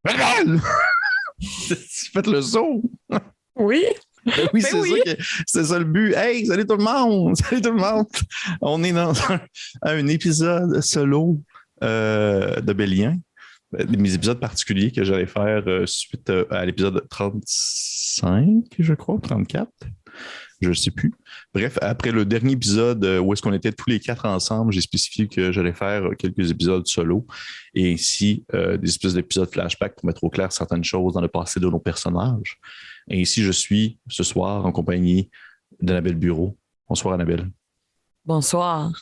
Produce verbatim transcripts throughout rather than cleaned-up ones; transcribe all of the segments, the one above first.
Faites le saut! Oui. Ben oui, Ben c'est oui. ça, que, c'est ça le but. Hey, salut tout le monde! Salut tout le monde! On est dans un, un épisode solo euh, de Bélien. Mes épisodes particuliers que j'allais faire euh, suite euh, à l'épisode trente-cinq, je crois, trente-quatre. Je ne sais plus. Bref, après le dernier épisode euh, où est-ce qu'on était tous les quatre ensemble, j'ai spécifié que j'allais faire quelques épisodes solo et ainsi euh, des espèces d'épisodes flashback pour mettre au clair certaines choses dans le passé de nos personnages. Et ici, je suis ce soir en compagnie d'Annabelle Bureau. Bonsoir, Annabelle. Bonsoir.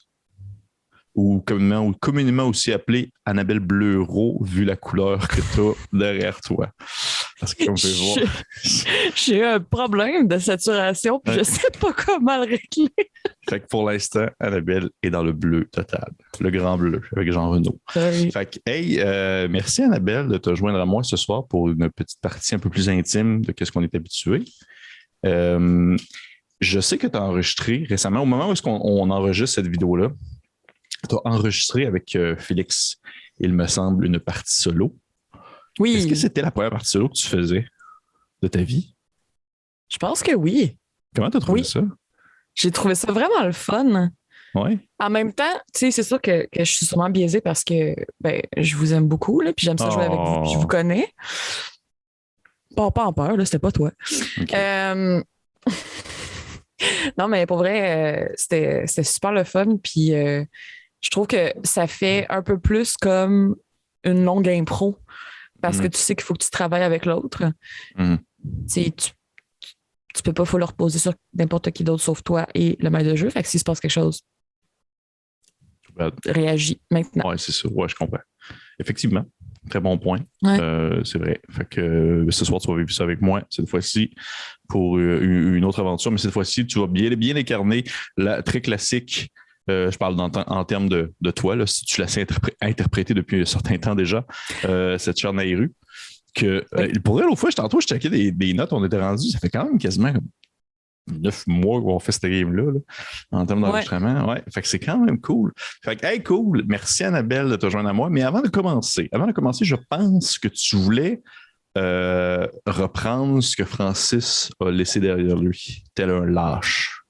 Ou communément, ou communément aussi appelée Annabelle Bleureau, vu la couleur que tu as derrière toi. Parce que, comme on peut voir. J'ai un problème de saturation, puis ouais. Je sais pas comment le régler. Fait que pour l'instant, Annabelle est dans le bleu total. Le grand bleu, avec Jean Renaud. Oui. Fait que, hey, euh, merci Annabelle de te joindre à moi ce soir pour une petite partie un peu plus intime de ce qu'on est habitué. Euh, je sais que tu as enregistré récemment, au moment où est-ce qu'on, on enregistre cette vidéo-là, tu as enregistré avec euh, Félix, il me semble, une partie solo. Oui. Est-ce que c'était la première partie solo que tu faisais de ta vie? Je pense que oui. Comment tu as trouvé oui. ça? J'ai trouvé ça vraiment le fun. Ouais. En même temps, tu sais, c'est sûr que, que je suis sûrement biaisée parce que ben, je vous aime beaucoup, là, puis j'aime ça oh. jouer avec vous, puis je vous connais. Pas, pas en peur, là, c'était pas toi. Okay. Euh... non, mais pour vrai, euh, c'était, c'était super le fun, puis euh, je trouve que ça fait un peu plus comme une longue impro parce mm. que tu sais qu'il faut que tu travailles avec l'autre. Mm. Tu, tu, tu peux pas, faut le reposer sur n'importe qui d'autre sauf toi et le maître de jeu. Fait que s'il se passe quelque chose, ben, réagis maintenant. Oui, c'est ça. Ouais, je comprends. Effectivement. Très bon point. Ouais. Euh, c'est vrai. Fait que euh, ce soir, tu vas vivre ça avec moi cette fois-ci pour euh, une autre aventure. Mais cette fois-ci, tu vas bien, bien incarner la très classique. Euh, je parle en, en termes de, de toi, là, si tu l'as interpré- interprété depuis un certain temps déjà, euh, cette chère Naïru. Que, oui. euh, pour elle, l'autre fois, tantôt, je checkais des, des notes, on était rendu, ça fait quand même quasiment neuf mois qu'on fait cette game-là, là, en termes d'enregistrement. Ouais. Ouais. Fait que c'est quand même cool. Fait que, hey, cool. Merci, Annabelle, de te joindre à moi. Mais avant de commencer, avant de commencer, je pense que tu voulais euh, reprendre ce que Francis a laissé derrière lui, tel un lâche.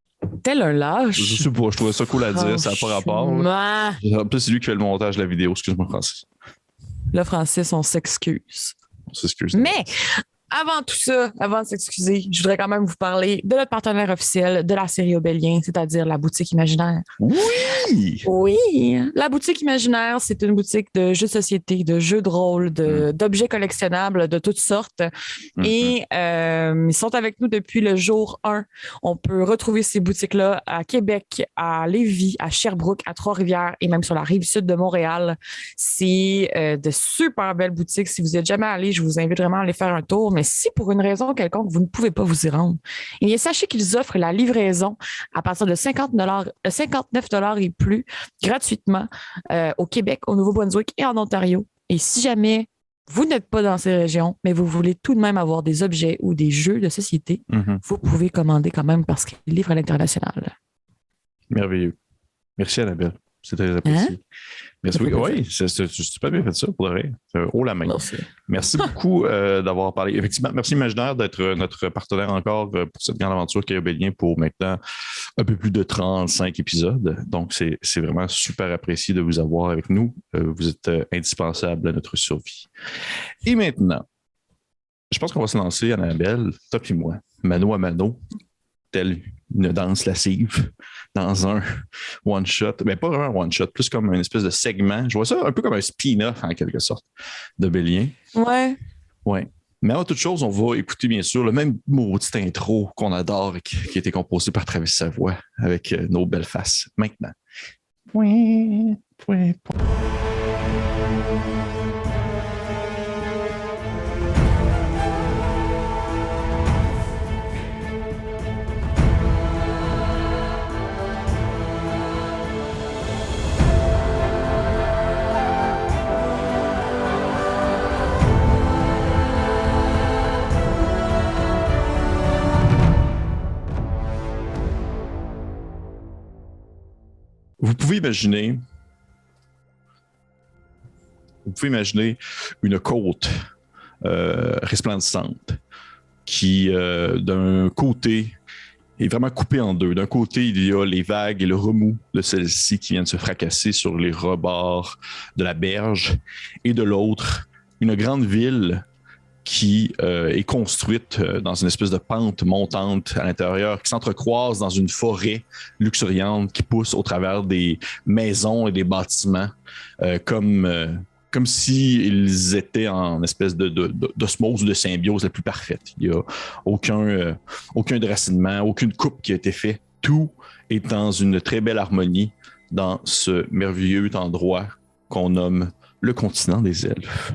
Tel un lâche? Je sais pas, je trouvais ça cool à dire, ça n'a pas rapport. Là. En plus, c'est lui qui fait le montage de la vidéo. Excuse-moi, Francis. Là, Francis, on s'excuse. On s'excuse. Mais avant tout ça, avant de s'excuser, je voudrais quand même vous parler de notre partenaire officiel de la série Obélien, c'est-à-dire la Boutique Imaginaire. Oui! Oui! La Boutique Imaginaire, c'est une boutique de jeux de société, de jeux de rôle, de, mm. d'objets collectionnables de toutes sortes. Mm-hmm. Et euh, ils sont avec nous depuis le jour un. On peut retrouver ces boutiques-là à Québec, à Lévis, à Sherbrooke, à Trois-Rivières et même sur la rive sud de Montréal. C'est euh, de super belles boutiques. Si vous n'y êtes jamais allé, je vous invite vraiment à aller faire un tour. Mais si pour une raison quelconque, vous ne pouvez pas vous y rendre, eh bien, sachez qu'ils offrent la livraison à partir de cinquante dollars, cinquante-neuf dollars et plus gratuitement euh, au Québec, au Nouveau-Brunswick et en Ontario. Et si jamais vous n'êtes pas dans ces régions, mais vous voulez tout de même avoir des objets ou des jeux de société, mm-hmm. vous pouvez commander quand même parce qu'ils livrent à l'international. Merveilleux. Merci, Annabelle. C'est très apprécié. Hein? Merci. Oui, oui c'est, c'est, c'est super bien fait ça, pour le vrai. Haut la main. Merci, merci beaucoup euh, d'avoir parlé. Effectivement, merci Imaginaire d'être notre partenaire encore pour cette grande aventure qui est Obélien pour maintenant un peu plus de trente-cinq épisodes. Donc, c'est, c'est vraiment super apprécié de vous avoir avec nous. Euh, vous êtes euh, indispensable à notre survie. Et maintenant, je pense qu'on va se lancer, Annabelle, toi et moi, mano à mano, telle une danse lascive dans un one-shot, mais pas vraiment un one-shot, plus comme une espèce de segment. Je vois ça un peu comme un spin-off, en quelque sorte, de Bélien. Ouais. Ouais. Mais avant toute chose, on va écouter, bien sûr, le même maudit intro qu'on adore et qui, qui a été composé par Travis Savoie avec euh, nos belles faces. Maintenant. Point, point, point. Vous pouvez imaginer vous pouvez imaginer une côte euh, resplendissante qui, euh, d'un côté, est vraiment coupée en deux. D'un côté, il y a les vagues et le remous de celle-ci qui viennent se fracasser sur les rebords de la berge. Et de l'autre, une grande ville qui euh, est construite euh, dans une espèce de pente montante à l'intérieur, qui s'entrecroise dans une forêt luxuriante qui pousse au travers des maisons et des bâtiments, euh, comme, euh, comme s'ils étaient en espèce de, de, de, d'osmose ou de symbiose la plus parfaite. Il n'y a aucun, euh, aucun déracinement, aucune coupe qui a été faite. Tout est dans une très belle harmonie dans ce merveilleux endroit qu'on nomme le continent des elfes.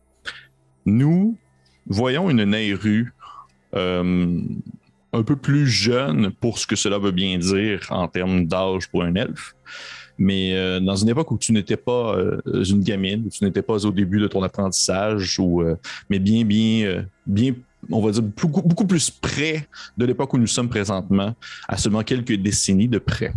Nous voyons une Nayru euh, un peu plus jeune pour ce que cela veut bien dire en termes d'âge pour un elfe, mais euh, dans une époque où tu n'étais pas euh, une gamine, où tu n'étais pas au début de ton apprentissage, ou, euh, mais bien, bien, euh, bien, on va dire beaucoup, beaucoup plus près de l'époque où nous sommes présentement, à seulement quelques décennies de près.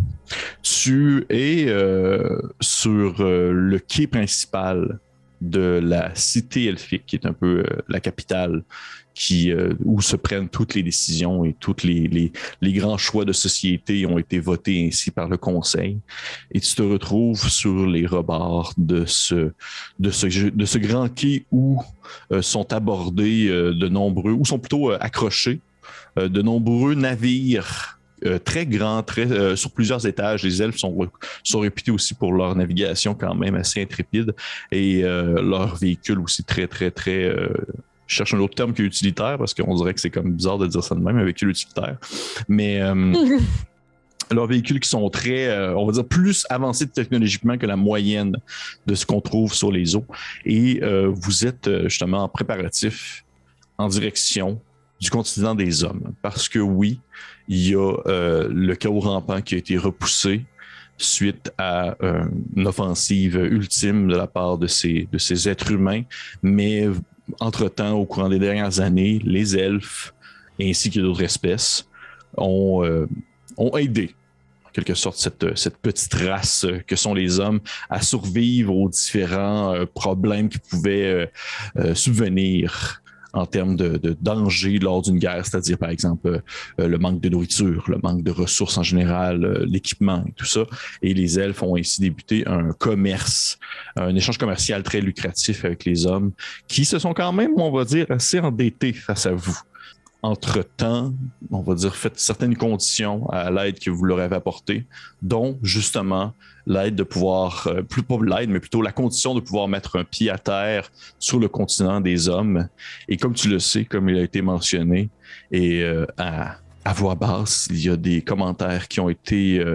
Tu es euh, sur euh, le quai principal de la cité elfique, qui est un peu euh, la capitale qui, euh, où se prennent toutes les décisions et tous les, les, les grands choix de société ont été votés ainsi par le conseil. Et tu te retrouves sur les rebords de ce, de ce, de ce grand quai où euh, sont abordés euh, de nombreux, ou sont plutôt euh, accrochés euh, de nombreux navires Euh, très grand, très, euh, sur plusieurs étages. Les elfes sont, sont réputés aussi pour leur navigation quand même assez intrépide et euh, leur véhicule aussi très, très, très... Euh, je cherche un autre terme que utilitaire parce qu'on dirait que c'est comme bizarre de dire ça de même, un véhicule utilitaire. Mais... Euh, leurs véhicules qui sont très, euh, on va dire, plus avancés technologiquement que la moyenne de ce qu'on trouve sur les eaux. Et euh, vous êtes euh, justement en préparatif en direction du continent des hommes. Parce que oui, il y a euh, le chaos rampant qui a été repoussé suite à euh, une offensive ultime de la part de ces, de ces êtres humains. Mais entre-temps, au courant des dernières années, les elfes, ainsi que d'autres espèces, ont, euh, ont aidé, en quelque sorte, cette, cette petite race que sont les hommes à survivre aux différents euh, problèmes qui pouvaient euh, euh, subvenir en termes de, de danger lors d'une guerre, c'est-à-dire par exemple euh, le manque de nourriture, le manque de ressources en général, euh, l'équipement et tout ça. Et les elfes ont ainsi débuté un commerce, un échange commercial très lucratif avec les hommes qui se sont quand même, on va dire, assez endettés face à vous. Entre-temps, on va dire, faites certaines conditions à l'aide que vous leur avez apportée, dont justement l'aide de pouvoir, euh, plus pas l'aide, mais plutôt la condition de pouvoir mettre un pied à terre sur le continent des hommes. Et comme tu le sais, comme il a été mentionné, et euh, à, à voix basse, il y a des commentaires qui ont été, euh,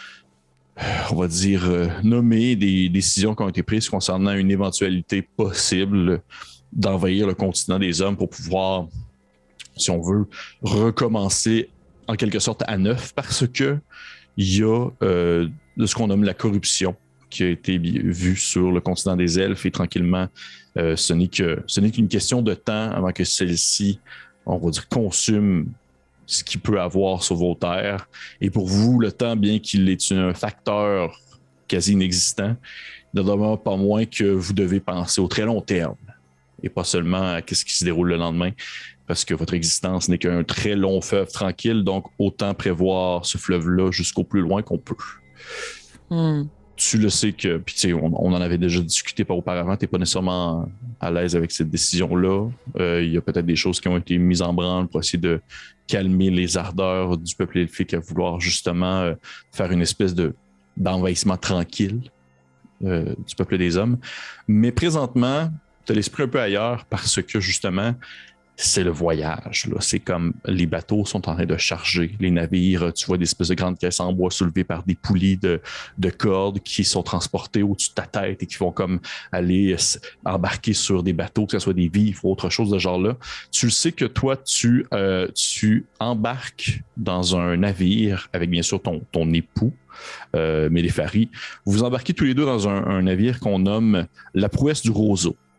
on va dire, euh, nommés, des décisions qui ont été prises concernant une éventualité possible d'envahir le continent des hommes pour pouvoir, si on veut, recommencer en quelque sorte à neuf, parce que il y a euh, de ce qu'on nomme la corruption qui a été vue sur le continent des elfes, et tranquillement, euh, ce n'est que, ce n'est qu'une question de temps avant que celle-ci, on va dire, consume ce qu'il peut avoir sur vos terres. Et pour vous, le temps, bien qu'il est un facteur quasi inexistant, ne demeure pas moins que vous devez penser au très long terme et pas seulement à ce qui se déroule le lendemain, parce que votre existence n'est qu'un très long fleuve tranquille, donc autant prévoir ce fleuve-là jusqu'au plus loin qu'on peut. Mm. Tu le sais que, puis tu sais, on, on en avait déjà discuté par auparavant, tu n'es pas nécessairement à l'aise avec cette décision-là. Euh, il y a peut-être des choses qui ont été mises en branle pour essayer de calmer les ardeurs du peuple elfique à vouloir justement euh, faire une espèce de, d'envahissement tranquille euh, du peuple des hommes. Mais présentement, tu as l'esprit un peu ailleurs parce que justement, c'est le voyage, là. C'est comme les bateaux sont en train de charger, les navires, tu vois des espèces de grandes caisses en bois soulevées par des poulies de, de cordes qui sont transportées au-dessus de ta tête et qui vont comme aller embarquer sur des bateaux, que ce soit des vivres ou autre chose de genre-là. Tu le sais que toi, tu, euh, tu embarques dans un navire avec bien sûr ton, ton époux, euh, Mélépharie. Vous embarquez tous les deux dans un, un navire qu'on nomme la prouesse du roseau,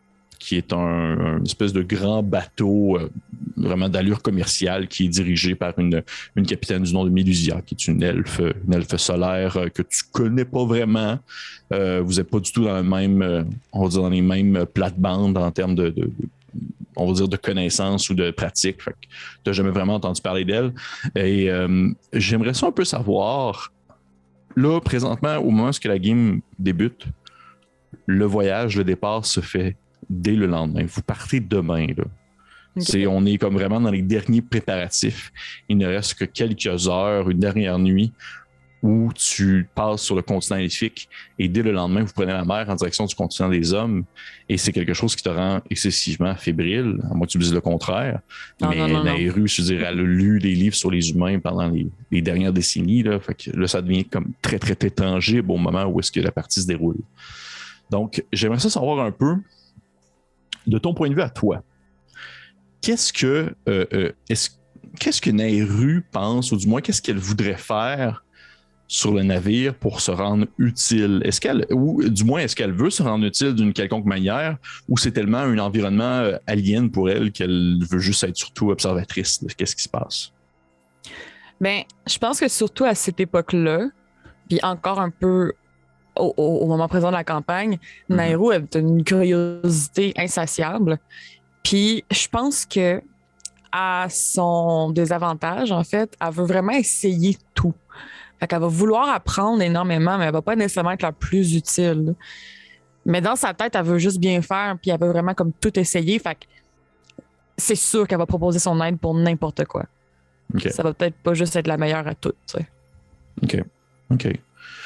qui est un, une espèce de grand bateau euh, vraiment d'allure commerciale qui est dirigé par une, une capitaine du nom de Mélusia, qui est une elfe, une elfe solaire euh, que tu connais pas vraiment. Euh, vous n'êtes pas du tout dans le même, euh, on va dire dans les mêmes plates-bandes en termes de, de, de on va dire de connaissances ou de pratiques. Fait que tu n'as jamais vraiment entendu parler d'elle. Et euh, j'aimerais ça un peu savoir, là, présentement, au moment où la game débute, le voyage, le départ se fait dès le lendemain. Vous partez demain, là. Okay. C'est, on est comme vraiment dans les derniers préparatifs. Il ne reste que quelques heures, une dernière nuit, où tu passes sur le continent elfique et dès le lendemain, vous prenez la mer en direction du continent des hommes et c'est quelque chose qui te rend excessivement fébrile, à moins que tu dises le contraire. Non, mais Nayru, je dirais, elle a lu des livres sur les humains pendant les, les dernières décennies, là, fait que là, ça devient comme très, très, très tangible au moment où est-ce que la partie se déroule. Donc, j'aimerais ça savoir un peu, de ton point de vue à toi, qu'est-ce que, euh, euh, est-ce, qu'est-ce que Nayru pense, ou du moins, qu'est-ce qu'elle voudrait faire sur le navire pour se rendre utile? Est-ce qu'elle, ou du moins, est-ce qu'elle veut se rendre utile d'une quelconque manière, ou c'est tellement un environnement alien pour elle qu'elle veut juste être surtout observatrice de qu'est-ce qui se passe? Bien, je pense que surtout à cette époque-là, puis encore un peu au, au, au moment présent de la campagne, mm-hmm. Nayru a une curiosité insatiable. Puis je pense que à son désavantage, en fait, elle veut vraiment essayer tout. Fait qu'elle va vouloir apprendre énormément, mais elle va pas nécessairement être la plus utile. Mais dans sa tête, elle veut juste bien faire, puis elle veut vraiment comme tout essayer. Fait que c'est sûr qu'elle va proposer son aide pour n'importe quoi. Okay. Ça va peut-être pas juste être la meilleure à toutes, tu sais. OK. OK.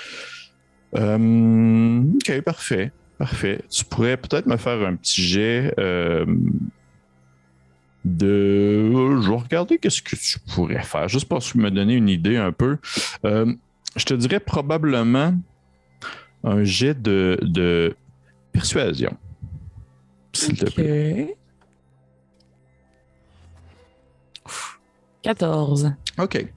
Euh, OK, parfait. Parfait. Tu pourrais peut-être me faire un petit jet euh, de... Je vais regarder qu'est-ce que tu pourrais faire, juste pour me donner une idée un peu. Euh, je te dirais probablement un jet de, de persuasion, s'il okay. te plaît. quatorze. OK.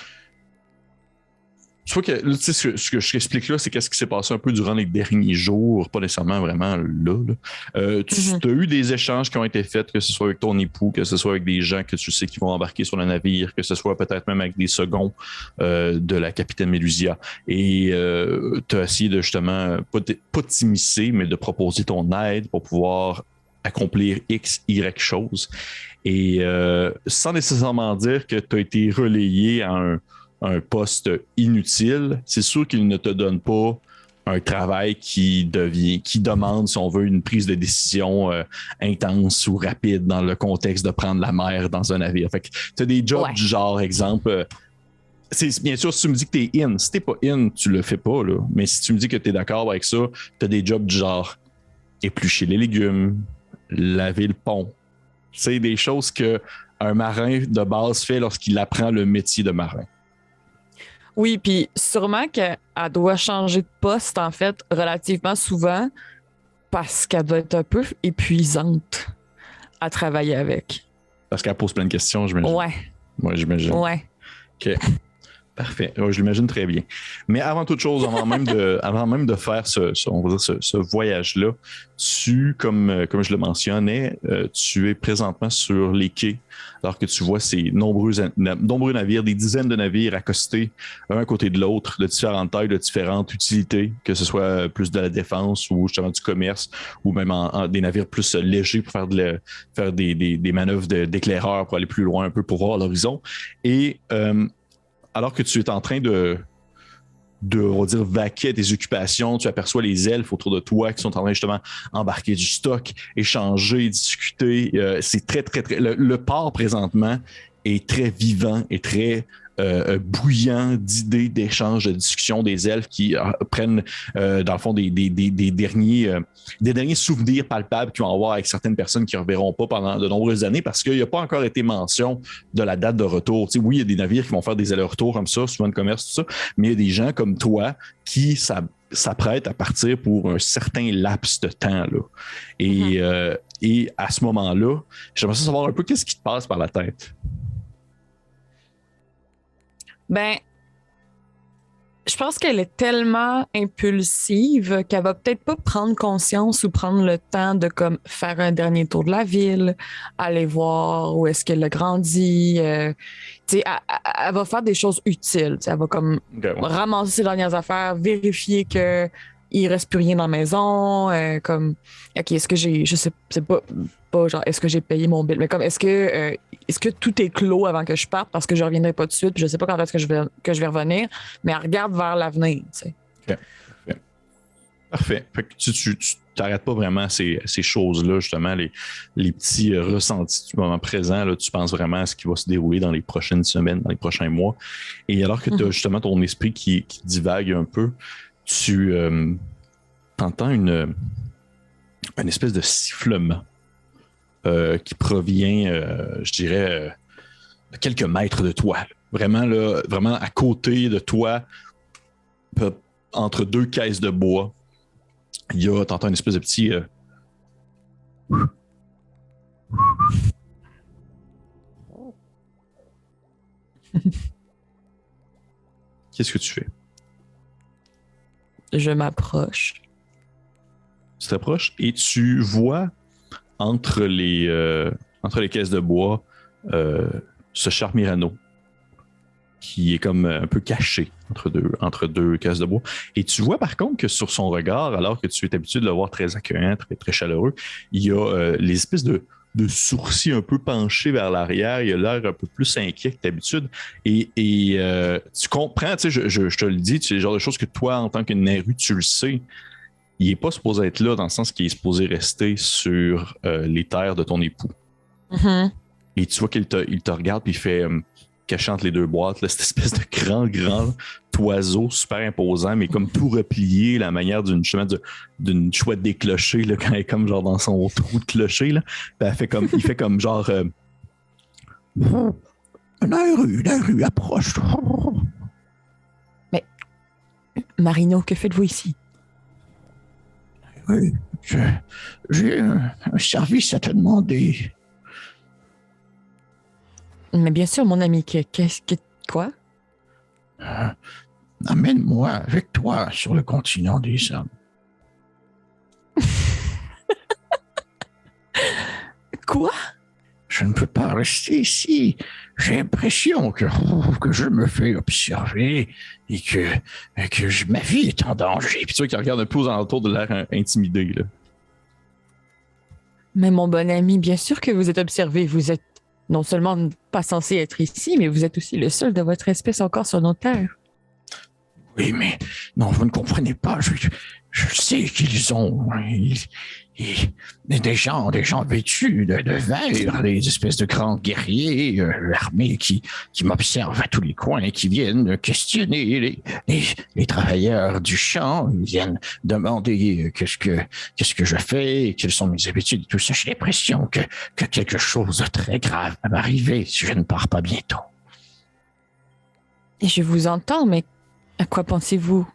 Tu vois que tu sais, ce, que ce que je t'explique là, c'est qu'est-ce qui s'est passé un peu durant les derniers jours, pas nécessairement vraiment là. là. Euh, tu mm-hmm. as eu des échanges qui ont été faits, que ce soit avec ton époux, que ce soit avec des gens que tu sais qui vont embarquer sur le navire, que ce soit peut-être même avec des seconds euh, de la capitaine Mélusia. Et euh, tu as essayé de justement, pas, pas t'immiscer, mais de proposer ton aide pour pouvoir accomplir X, Y chose. Et euh, sans nécessairement dire que tu as été relayé à un un poste inutile, c'est sûr qu'il ne te donne pas un travail qui devient, qui demande, si on veut, une prise de décision euh, intense ou rapide dans le contexte de prendre la mer dans un navire. Fait que tu as des jobs ouais. du genre, exemple, euh, c'est, bien sûr, si tu me dis que tu es in, si tu n'es pas in, tu le fais pas, là. Mais si tu me dis que tu es d'accord avec ça, tu as des jobs du genre éplucher les légumes, laver le pont. C'est des choses qu'un marin de base fait lorsqu'il apprend le métier de marin. Oui, puis sûrement qu'elle doit changer de poste, en fait, relativement souvent parce qu'elle doit être un peu épuisante à travailler avec. Parce qu'elle pose plein de questions, j'imagine. Ouais. Ouais, j'imagine. Ouais. OK. Parfait. Ouais, je l'imagine très bien. Mais avant toute chose, avant même de, avant même de faire ce, ce, on va dire ce, ce voyage-là, tu, comme, comme je le mentionnais, euh, tu es présentement sur les quais, alors que tu vois ces nombreux, nombreux navires, des dizaines de navires accostés, un à côté de l'autre, de différentes tailles, de différentes utilités, que ce soit plus de la défense ou justement du commerce, ou même en, en, des navires plus légers pour faire, de la, faire des, des, des manœuvres de, d'éclaireurs pour aller plus loin un peu pour voir l'horizon. Et euh, alors que tu es en train de, de, on va dire, vaquer à tes occupations, tu aperçois les elfes autour de toi qui sont en train justement embarquer du stock, échanger, discuter. Euh, c'est très, très, très... Le, le port présentement est très vivant et très euh, bouillant d'idées, d'échanges, de discussions des elfes qui euh, prennent, euh, dans le fond, des, des, des, des, derniers, euh, des derniers souvenirs palpables qu'ils vont avoir avec certaines personnes qui ne reverront pas pendant de nombreuses années parce qu'il n'y a pas encore été mention de la date de retour. Tu sais, oui, il y a des navires qui vont faire des allers-retours comme ça, souvent de commerce, tout ça, mais il y a des gens comme toi qui s'apprêtent à partir pour un certain laps de temps. Là. Et, mm-hmm. euh, et à ce moment-là, j'aimerais savoir un peu qu'est-ce qui te passe par la tête. Ben, Je pense qu'elle est tellement impulsive qu'elle va peut-être pas prendre conscience ou prendre le temps de comme faire un dernier tour de la ville, aller voir où est-ce qu'elle a grandi. Euh, tu sais, elle, elle- elle va faire des choses utiles. Tu sais, elle va comme Okay, ouais. ramasser ses dernières affaires, vérifier que il reste plus rien dans la maison. Euh, comme, ok, est-ce que j'ai, je sais, c'est pas, pas genre, est-ce que j'ai payé mon bill, mais comme, est-ce que, euh, est-ce que tout est clos avant que je parte parce que je reviendrai pas tout de suite, puis je sais pas quand est-ce que je vais, que je vais revenir, mais elle regarde vers l'avenir, tu sais. Okay. Parfait. Parfait. Fait que tu, tu, tu t'arrêtes pas vraiment à ces, ces choses-là, justement, les, les petits euh, ressentis du moment présent. Là, tu penses vraiment à ce qui va se dérouler dans les prochaines semaines, dans les prochains mois. Et alors que tu as Mhm. justement ton esprit qui, qui divague un peu, tu euh, entends une, une espèce de sifflement euh, qui provient, euh, je dirais, euh, de quelques mètres de toi. Là. Vraiment, là, vraiment à côté de toi, peu- entre deux caisses de bois, il y a, t'entends une espèce de petit... euh, Qu'est-ce que tu fais? Je m'approche. Tu t'approches et tu vois entre les, euh, entre les caisses de bois euh, ce char Myrano qui est comme un peu caché entre deux, entre deux caisses de bois. Et tu vois par contre que sur son regard, alors que tu es habitué de le voir très accueillant, très, très chaleureux, il y a euh, les espèces de, de sourcils un peu penchés vers l'arrière. Il a l'air un peu plus inquiet que d'habitude. Et, et euh, tu comprends, tu sais, je, je, je te le dis, c'est le genre de choses que toi, en tant que Naru, tu le sais. Il n'est pas supposé être là dans le sens qu'il est supposé rester sur euh, les terres de ton époux. Mhm. Et tu vois qu'il te, il te regarde puis il fait, euh, caché entre les deux boîtes, là, cette espèce de grand, grand oiseau super imposant, mais comme tout replié, la manière d'une chemin de, d'une chouette des clochers, là, quand elle est comme genre dans son trou de clocher, là. Ben, elle fait comme, il fait comme genre... Euh, la rue, la rue approche. Mais, Marino, que faites-vous ici? Oui, je, j'ai un, un service à te demander. Mais bien sûr, mon ami, que- qu'est-ce que... Quoi? Euh, amène-moi avec toi sur le continent des hommes. Quoi? Je ne peux pas rester ici. J'ai l'impression que, que je me fais observer et que, et que je- ma vie est en danger. Puis tu vois qu'il regarde un peu aux alentours de l'air euh, intimidé, là. Mais mon bon ami, bien sûr que vous êtes observé. Vous êtes non seulement pas censé être ici, mais vous êtes aussi le seul de votre espèce encore sur nos terres. Oui, mais non, vous ne comprenez pas. Je, je sais qu'ils ont ils, ils, des gens, des gens vêtus de, de vert, des espèces de grands guerriers euh, armés qui, qui m'observent à tous les coins, qui viennent questionner les, les, les travailleurs du champ. Ils viennent demander qu'est-ce que qu'est-ce que je fais, quelles sont mes habitudes, et tout ça. J'ai l'impression que, que quelque chose de très grave va m'arriver si je ne pars pas bientôt. Et je vous entends, mais à quoi pensez-vous?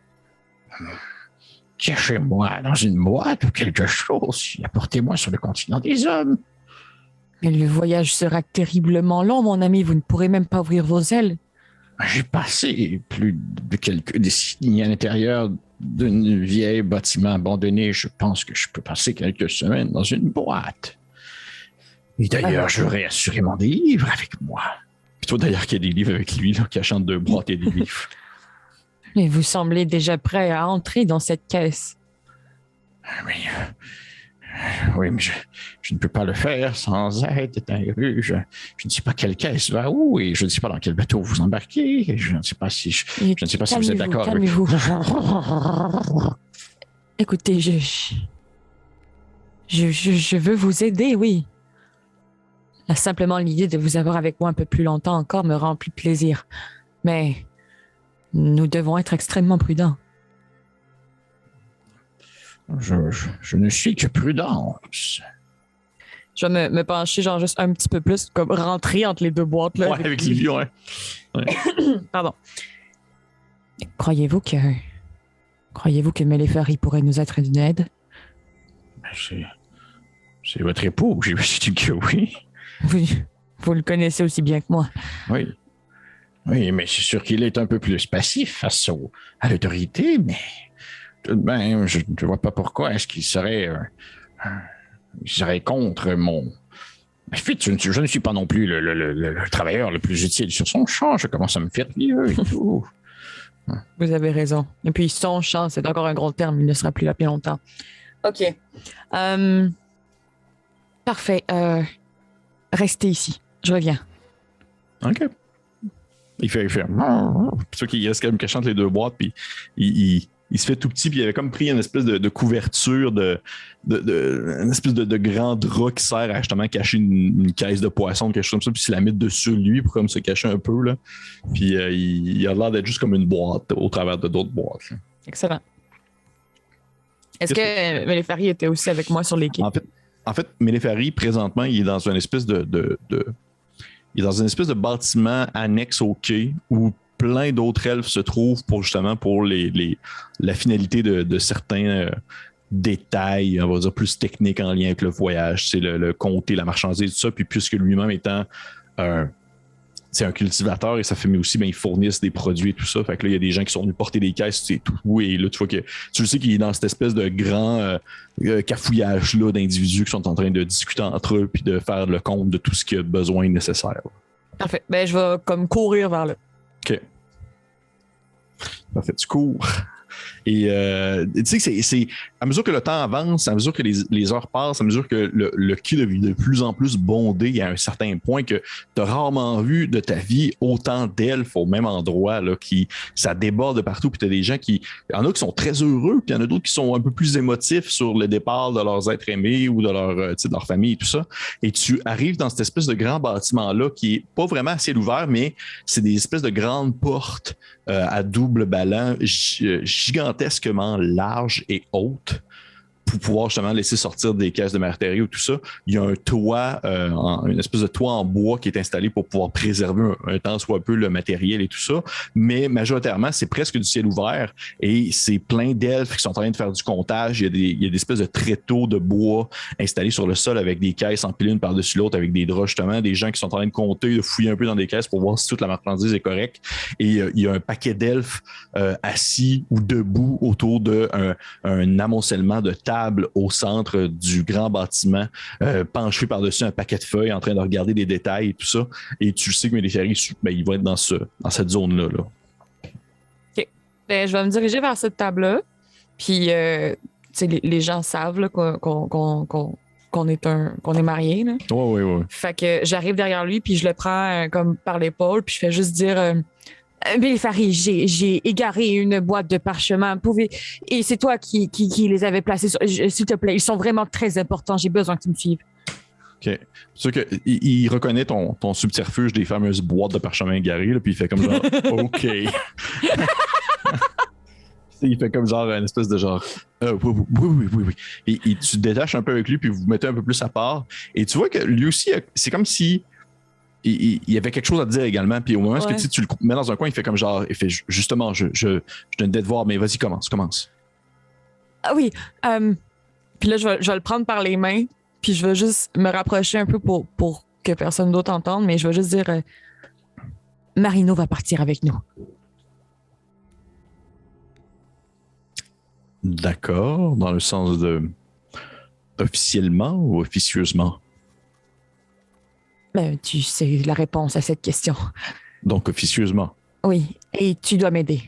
Cachez-moi dans une boîte ou quelque chose. Apportez-moi sur le continent des hommes. Mais le voyage sera terriblement long, mon ami. Vous ne pourrez même pas ouvrir vos ailes. J'ai passé plus de quelques décennies à l'intérieur d'un vieil bâtiment abandonné. Je pense que je peux passer quelques semaines dans une boîte. Et d'ailleurs, Ah. j'aurai assurément des livres avec moi. Puis toi, d'ailleurs, qu'il y a des livres avec lui, là, cachant entre deux boîtes, il y a des livres. Mais vous semblez déjà prêt à entrer dans cette caisse. Oui, euh, oui mais je, je ne peux pas le faire sans aide dans les rues. Je, je ne sais pas quelle caisse va où et je ne sais pas dans quel bateau vous embarquez. Je ne sais pas si, je, Et je ne sais pas si vous êtes calmez-vous, d'accord avec... calmez-vous. Écoutez, je, je, je, je veux vous aider, oui. Simplement l'idée de vous avoir avec moi un peu plus longtemps encore me remplit de plaisir. Mais nous devons être extrêmement prudents. Je, je, je ne suis que prudence. Je vais me, me pencher genre juste un petit peu plus, comme rentrer entre les deux boîtes. Là, Ouais, avec, avec lui, ouais. ouais. Pardon. Croyez-vous que... Croyez-vous que Méléphari pourrait nous être d'une aide? C'est, c'est votre époux, j'imagine que oui. Vous, vous le connaissez aussi bien que moi. Oui. Oui, mais c'est sûr qu'il est un peu plus passif face au, à l'autorité, mais tout de même, je ne vois pas pourquoi est-ce qu'il serait, euh, il serait contre mon... En fait, je ne, suis, je ne suis pas non plus le, le, le, le travailleur le plus utile sur son champ. Je commence à me faire vieux et tout. Vous avez raison. Et puis, son champ, c'est encore un gros terme. Il ne sera plus là plus longtemps. OK. Um, parfait. Euh, restez ici. Je reviens. OK. Il fait... Il fait... C'est sûr qu'il reste quand même caché entre les deux boîtes, puis il... il... Il se fait tout petit, puis il avait comme pris une espèce de, de couverture, de, de, de, une espèce de, de grand drap qui sert à justement cacher une, une caisse de poisson, quelque chose comme ça, puis il la met dessus lui pour comme se cacher un peu. Là. Puis euh, il, il a l'air d'être juste comme une boîte au travers de d'autres boîtes. Là. Excellent. Est-ce que, que Mélépharie était aussi avec moi sur l'équipe? En fait, en fait Mélépharie, présentement, il est dans une espèce de, de, de, il est dans une espèce de bâtiment annexe au quai où plein d'autres elfes se trouvent pour justement pour les, les, la finalité de, de certains euh, détails, on va dire plus techniques en lien avec le voyage, c'est le, le compter, la marchandise, tout ça. Puis puisque lui-même étant euh, c'est un cultivateur et sa famille aussi, ben, ils fournissent des produits et tout ça. Fait que là, il y a des gens qui sont venus porter des caisses et tout. Et là, tu vois que tu le sais qu'il est dans cette espèce de grand euh, cafouillage-là d'individus qui sont en train de discuter entre eux puis de faire le compte de tout ce qu'il y a besoin nécessaire. Parfait. Ben, je vais comme courir vers là. OK. Parfait, tu cours. Et euh, tu sais, c'est, c'est à mesure que le temps avance, à mesure que les, les heures passent, à mesure que le, le quai devient de plus en plus bondé à un certain point que tu as rarement vu de ta vie autant d'elfes au même endroit, là, qui ça déborde de partout. Puis tu as des gens qui. Il y en a qui sont très heureux, puis il y en a d'autres qui sont un peu plus émotifs sur le départ de leurs êtres aimés ou de leur, tu sais, de leur famille et tout ça. Et tu arrives dans cette espèce de grand bâtiment-là qui est pas vraiment à ciel ouvert, mais c'est des espèces de grandes portes euh, à double ballant gigantesquement larges et hautes pour pouvoir justement laisser sortir des caisses de matériaux, tout ça. Il y a un toit, euh, en, une espèce de toit en bois qui est installé pour pouvoir préserver un, un temps soit peu le matériel et tout ça. Mais majoritairement, c'est presque du ciel ouvert et c'est plein d'elfes qui sont en train de faire du comptage. Il y a des, il y a des espèces de tréteaux de bois installés sur le sol avec des caisses empilées une par-dessus l'autre avec des draps justement. Des gens qui sont en train de compter, de fouiller un peu dans des caisses pour voir si toute la marchandise est correcte. Et euh, il y a un paquet d'elfes euh, assis ou debout autour d'un un amoncellement de tables au centre du grand bâtiment, euh, penché par-dessus un paquet de feuilles, en train de regarder des détails et tout ça. Et tu sais que Mélépharie, ben, il va être dans, ce, dans cette zone-là. Là. OK. Ben, je vais me diriger vers cette table-là. Puis, euh, les, les gens savent là, qu'on, qu'on, qu'on, qu'on est un, qu'on est mariés. Oui, oui, oui. Fait que j'arrive derrière lui, puis je le prends euh, comme par l'épaule, puis je fais juste dire... Euh, Mélépharie, j'ai, j'ai égaré une boîte de parchemin. Pouvez... Et c'est toi qui, qui, qui les avais placés. Sur... S'il te plaît, ils sont vraiment très importants. J'ai besoin que tu me suives. OK. C'est sûr qu'il il reconnaît ton, ton subterfuge des fameuses boîtes de parchemin égarées, là, puis il fait comme genre OK. Il fait comme genre une espèce de genre euh, oui, oui, oui, oui, oui. Et, et tu te détaches un peu avec lui, puis vous vous mettez un peu plus à part. Et tu vois que lui aussi, c'est comme si. Il, il y avait quelque chose à te dire également, puis au moment ouais. où tu, tu le mets dans un coin, il fait comme genre, il fait justement, je, je, je donne des devoirs, mais vas-y, commence, commence. Ah oui, euh, puis là, je vais, je vais le prendre par les mains, puis je vais juste me rapprocher un peu pour, pour que personne d'autre entende, mais je vais juste dire, euh, Marino va partir avec nous. D'accord, dans le sens de officiellement ou officieusement? Ben, tu sais la réponse à cette question. Donc, officieusement. Oui, et tu dois m'aider.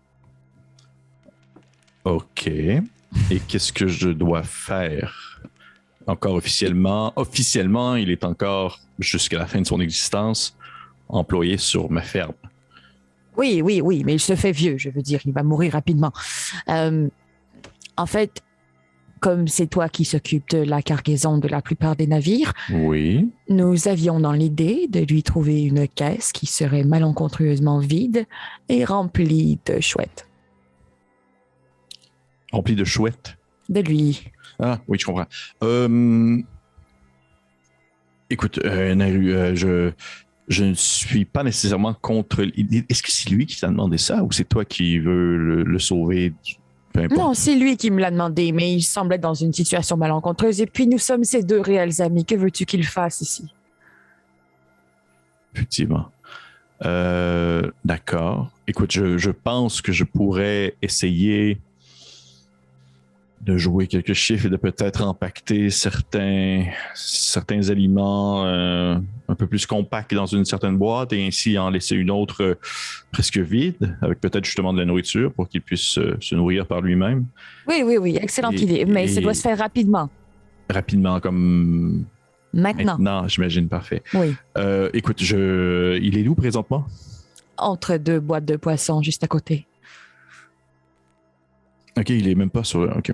OK. Et qu'est-ce que je dois faire? Encore officiellement. Officiellement, il est encore, jusqu'à la fin de son existence, employé sur ma ferme. Oui, oui, oui, mais il se fait vieux, je veux dire. Il va mourir rapidement. Euh, en fait... Comme c'est toi qui s'occupe de la cargaison de la plupart des navires, oui. Nous avions dans l'idée de lui trouver une caisse qui serait malencontreusement vide et remplie de chouettes. Remplie de chouettes? De lui. Ah, oui, je comprends. Euh... Écoute, euh, Naru, euh, je... je ne suis pas nécessairement contre... Est-ce que c'est lui qui t'a demandé ça ou c'est toi qui veux le, le sauver? Non, c'est lui qui me l'a demandé, mais il semble être dans une situation malencontreuse. Et puis, nous sommes ses deux réels amis. Que veux-tu qu'il fasse ici? Effectivement. Euh, d'accord. Écoute, je, je pense que je pourrais essayer de jouer quelques chiffres et de peut-être empaqueter certains, certains aliments euh, un peu plus compacts dans une certaine boîte et ainsi en laisser une autre euh, presque vide, avec peut-être justement de la nourriture pour qu'il puisse euh, se nourrir par lui-même. Oui, oui, oui, excellente Et- idée. Mais et- ça doit se faire rapidement. Rapidement, comme Maintenant. maintenant, j'imagine, parfait. Oui. Euh, écoute, je... il est où présentement? Entre deux boîtes de poissons juste à côté. OK, il est même pas sur... OK.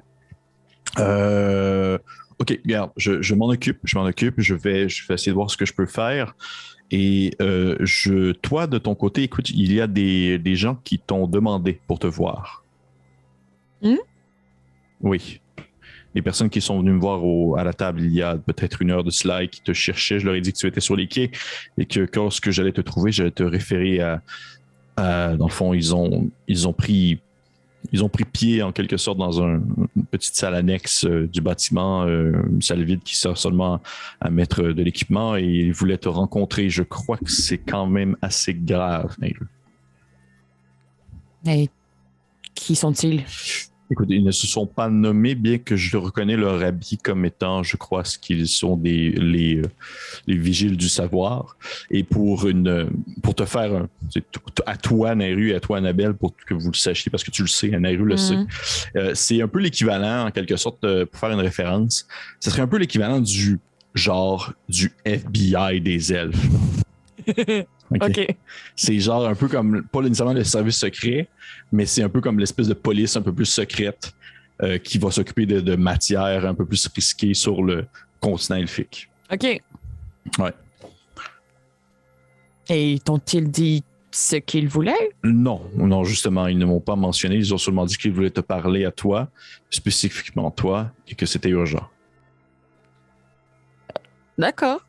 Euh, OK, regarde, je, je m'en occupe, je m'en occupe, je vais, je vais essayer de voir ce que je peux faire. Et euh, je, toi, de ton côté, écoute, il y a des, des gens qui t'ont demandé pour te voir. Hmm? Oui. Les personnes qui sont venues me voir au- à la table il y a peut-être une heure de cela et qui te cherchaient, je leur ai dit que tu étais sur les quais et que lorsque j'allais te trouver, j'allais te référer à, à- dans le fond, ils ont, ils ont pris Ils ont pris pied en quelque sorte dans un- une petite salle annexe euh, du bâtiment, euh, une salle vide qui sert seulement à mettre de l'équipement et ils voulaient te rencontrer. Je crois que c'est quand même assez grave, Nairu. Et qui sont-ils? Écoute, ils ne se sont pas nommés, bien que je reconnais leur habit comme étant, je crois, ce qu'ils sont des, les, euh, les vigiles du savoir. Et pour, une, pour te faire, un, c'est t- à toi, Nairu, et à toi, Annabelle, pour que vous le sachiez, parce que tu le sais, Nairu le Mhm. sait, euh, c'est un peu l'équivalent, en quelque sorte, euh, pour faire une référence, ce serait un peu l'équivalent du genre du F B I des elfes. OK. OK. C'est genre un peu comme, pas nécessairement le service secret, mais c'est un peu comme l'espèce de police un peu plus secrète euh, qui va s'occuper de, de matières un peu plus risquées sur le continent elfique. OK. Ouais. Et t'ont-ils dit ce qu'ils voulaient? Non, non, justement, ils ne m'ont pas mentionné. Ils ont seulement dit qu'ils voulaient te parler à toi, spécifiquement toi, et que c'était urgent. D'accord.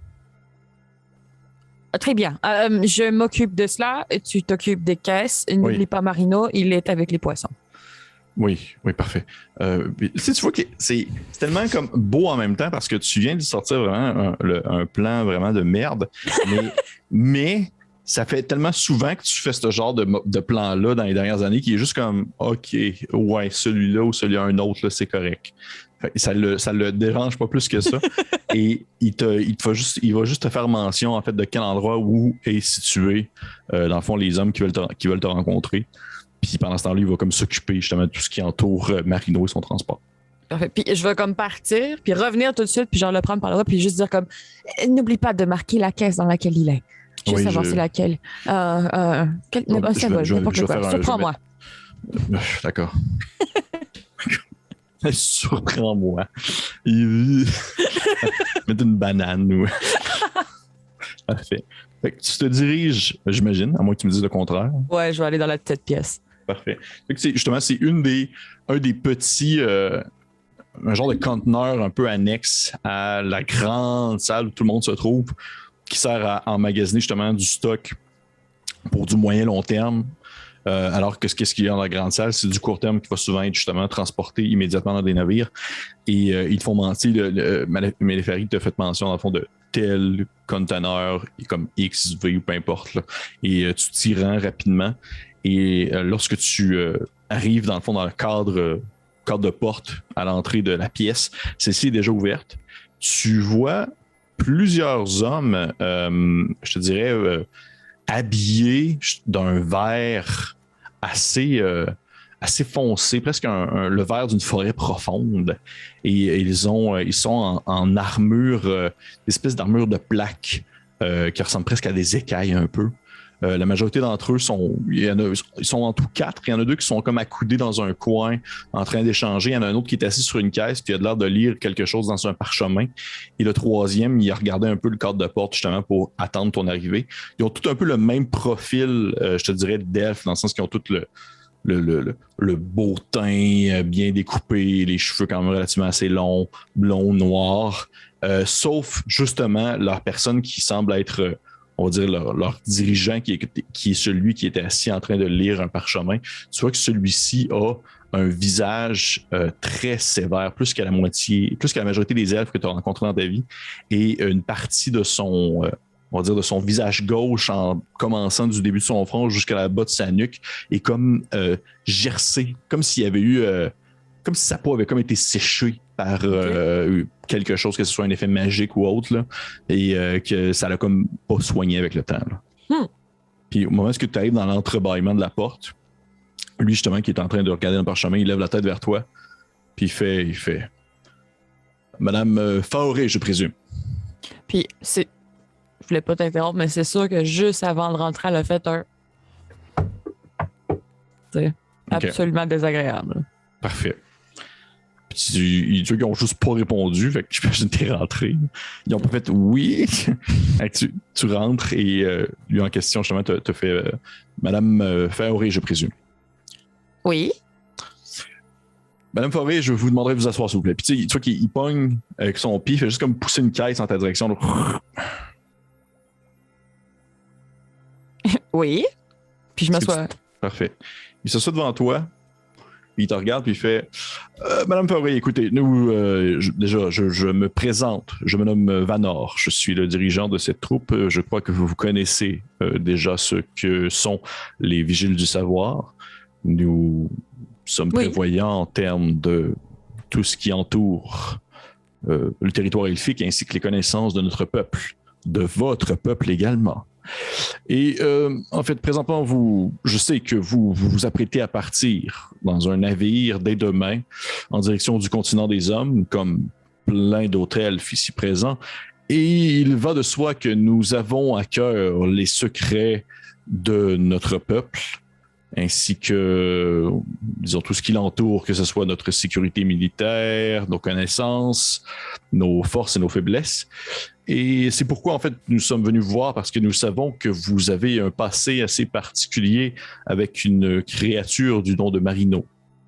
Ah, très bien. Euh, je m'occupe de cela. Tu t'occupes des caisses. N'oublie Oui. pas Marino, il est avec les poissons. Oui, oui, parfait. Euh, puis, tu sais, tu vois que c'est c'est tellement comme beau en même temps parce que tu viens de sortir vraiment un, le- un plan vraiment de merde, mais, mais ça fait tellement souvent que tu fais ce genre de, mo- de plan-là dans les dernières années qui est juste comme OK, ouais, celui-là ou celui-là, un autre, là, c'est correct. Fait que ça le, ça le dérange pas plus que ça. Et il, te, il, te va juste, il va juste te faire mention en fait de quel endroit où est situé, euh, dans le fond, les hommes qui veulent te, qui veulent te rencontrer. Puis pendant ce temps-là, il va comme s'occuper justement de tout ce qui entoure euh, Marino et son transport. Parfait. Puis je vais comme partir, puis revenir tout de suite, puis genre le prendre par le bras, puis juste dire comme Eh, n'oublie pas de marquer la caisse dans laquelle il est. Je veux Oui, savoir je- c'est laquelle. Euh, euh, quel... Oh, euh, je ça vais- va, je vais- n'importe je vais quoi. faire un- je vais Surprends-moi. Euh, D'accord. Surprends-moi. Il... Mettre une banane ou. Parfait. Fait que tu te diriges, j'imagine, à moins que tu me dises le contraire. Ouais, je vais aller dans la tête pièce. Parfait. Fait que c'est- justement, c'est une des, un des petits, euh, un genre de conteneur un peu annexe à la grande salle où tout le monde se trouve, qui sert à emmagasiner justement du stock pour du moyen long terme. Euh, alors que ce qu'est-ce qu'il y a dans la grande salle, c'est du court terme qui va souvent être justement transporté immédiatement dans des navires. Et euh, ils te font mentir, le, le, Malé- Méléfari te fait mention dans le fond de tel conteneur, comme X, V ou peu importe. Là. Et euh, tu t'y rends rapidement. Et euh, lorsque tu euh, arrives dans le fond dans le cadre, euh, cadre de porte à l'entrée de la pièce, celle-ci est déjà ouverte. Tu vois plusieurs hommes, euh, je te dirais, euh, habillés d'un vert assez, euh, assez foncé, presque un, un- le vert d'une forêt profonde. Et, et ils, ont, euh, ils sont en, en armure, euh, des espèces d'armure de plaques euh, qui ressemblent presque à des écailles un peu. Euh, la majorité d'entre eux sont, il y en a, ils sont en tout quatre. Il y en a deux qui sont comme accoudés dans un coin en train d'échanger. Il y en a un autre qui est assis sur une caisse puis il a l'air de lire quelque chose dans un parchemin. Et le troisième, il a regardé un peu le cadre de porte justement pour attendre ton arrivée. Ils ont tout un peu le même profil, euh, je te dirais, d'elfe, dans le sens qu'ils ont tout le, le, le, le, le beau teint euh, bien découpé, les cheveux quand même relativement assez longs, blonds, noirs. Euh, sauf justement leur personne qui semble être... euh, on va dire, leur, leur dirigeant qui est, qui est celui qui était assis en train de lire un parchemin. Tu vois que celui-ci a un visage euh, très sévère, plus qu'à la moitié, plus qu'à la majorité des elfes que tu as rencontrés dans ta vie, et une partie de son, euh, on va dire, de son visage gauche, en commençant du début de son front jusqu'à la bas de sa nuque, est comme euh, gercé, comme s'il y avait eu, euh, comme si sa peau avait comme été séchée par euh, okay. quelque chose, que ce soit un effet magique ou autre, là, et euh, que ça l'a comme pas soigné avec le temps. Là. Hmm. Puis au moment où tu arrives dans l'entrebâillement de la porte, lui justement qui est en train de regarder dans le parchemin, il lève la tête vers toi, puis il fait, il fait, Madame euh, Faoré, je présume. Puis c'est, je voulais pas t'interrompre, mais c'est sûr que juste avant de rentrer, elle a fait un, c'est okay. absolument désagréable. Parfait. Puis ceux qui ont juste pas répondu, fait que j'imagine que t'es rentré. Ils ont pas fait oui. tu, tu rentres et euh, lui en question, justement, te, te fait euh, Madame euh, Faoré, je présume. Oui. Madame Faoré, je vous demanderai de vous asseoir, s'il vous plaît. Puis tu sais, tu vois qu'il il pogne avec son pied, il fait juste comme pousser une caisse en ta direction. Oui. Puis je m'assois. Tu... Parfait. Il s'assoit devant toi. Il te regarde puis il fait euh, Madame Faoré, écoutez, nous, euh, je, déjà, je, je me présente. Je me nomme Vanor. Je suis le dirigeant de cette troupe. Je crois que vous vous connaissez euh, déjà ce que sont les Vigiles du Savoir. Nous sommes oui. prévoyants en termes de tout ce qui entoure euh, le territoire elfique ainsi que les connaissances de notre peuple, de votre peuple également. Et euh, en fait, présentement, vous, je sais que vous, vous vous apprêtez à partir dans un navire dès demain en direction du continent des hommes, comme plein d'autres elfes ici présents. Et il va de soi que nous avons à cœur les secrets de notre peuple, ainsi que, disons, tout ce qui l'entoure, que ce soit notre sécurité militaire, nos connaissances, nos forces et nos faiblesses. Et c'est pourquoi, en fait, nous sommes venus vous voir, parce que nous savons que vous avez un passé assez particulier avec une créature du nom de Marino.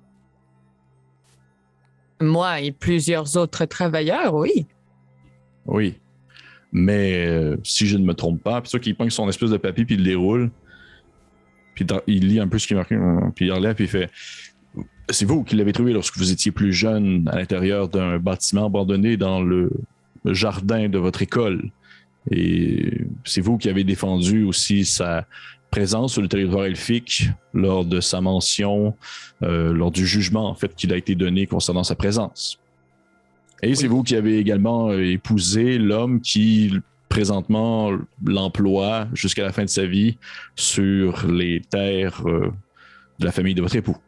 Moi et plusieurs autres travailleurs, oui. Oui. Mais euh, si je ne me trompe pas, puis ça qu'il pogne son espèce de papier, puis il le déroule, puis il lit un peu ce qui est marqué, puis il relève, puis il fait « C'est vous qui l'avez trouvé lorsque vous étiez plus jeune à l'intérieur d'un bâtiment abandonné dans le jardin de votre école. Et c'est vous qui avez défendu aussi sa présence sur le territoire elfique lors de sa mention, euh, lors du jugement en fait qu'il a été donné concernant sa présence. Et oui. C'est vous qui avez également épousé l'homme qui présentement l'emploie jusqu'à la fin de sa vie sur les terres euh, de la famille de votre époux.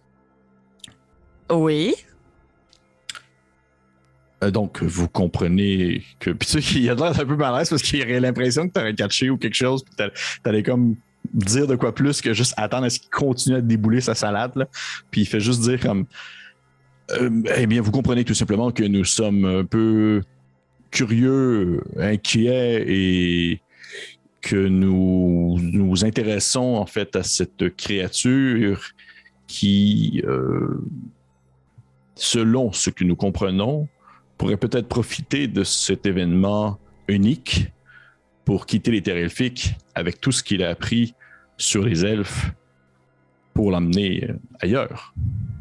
Oui. Euh, donc, vous comprenez que... Puis tu sais, il a l'air un peu malaise parce qu'il aurait l'impression que tu aurais catché ou quelque chose, puis t'allais comme dire de quoi plus que juste attendre à ce qu'il continue à débouler sa salade, là. Puis il fait juste dire comme... Euh, eh bien, vous comprenez tout simplement que nous sommes un peu curieux, inquiets et que nous nous intéressons en fait à cette créature qui, euh, selon ce que nous comprenons, pourrait peut-être profiter de cet événement unique pour quitter les terres elfiques avec tout ce qu'il a appris sur les elfes pour l'emmener ailleurs.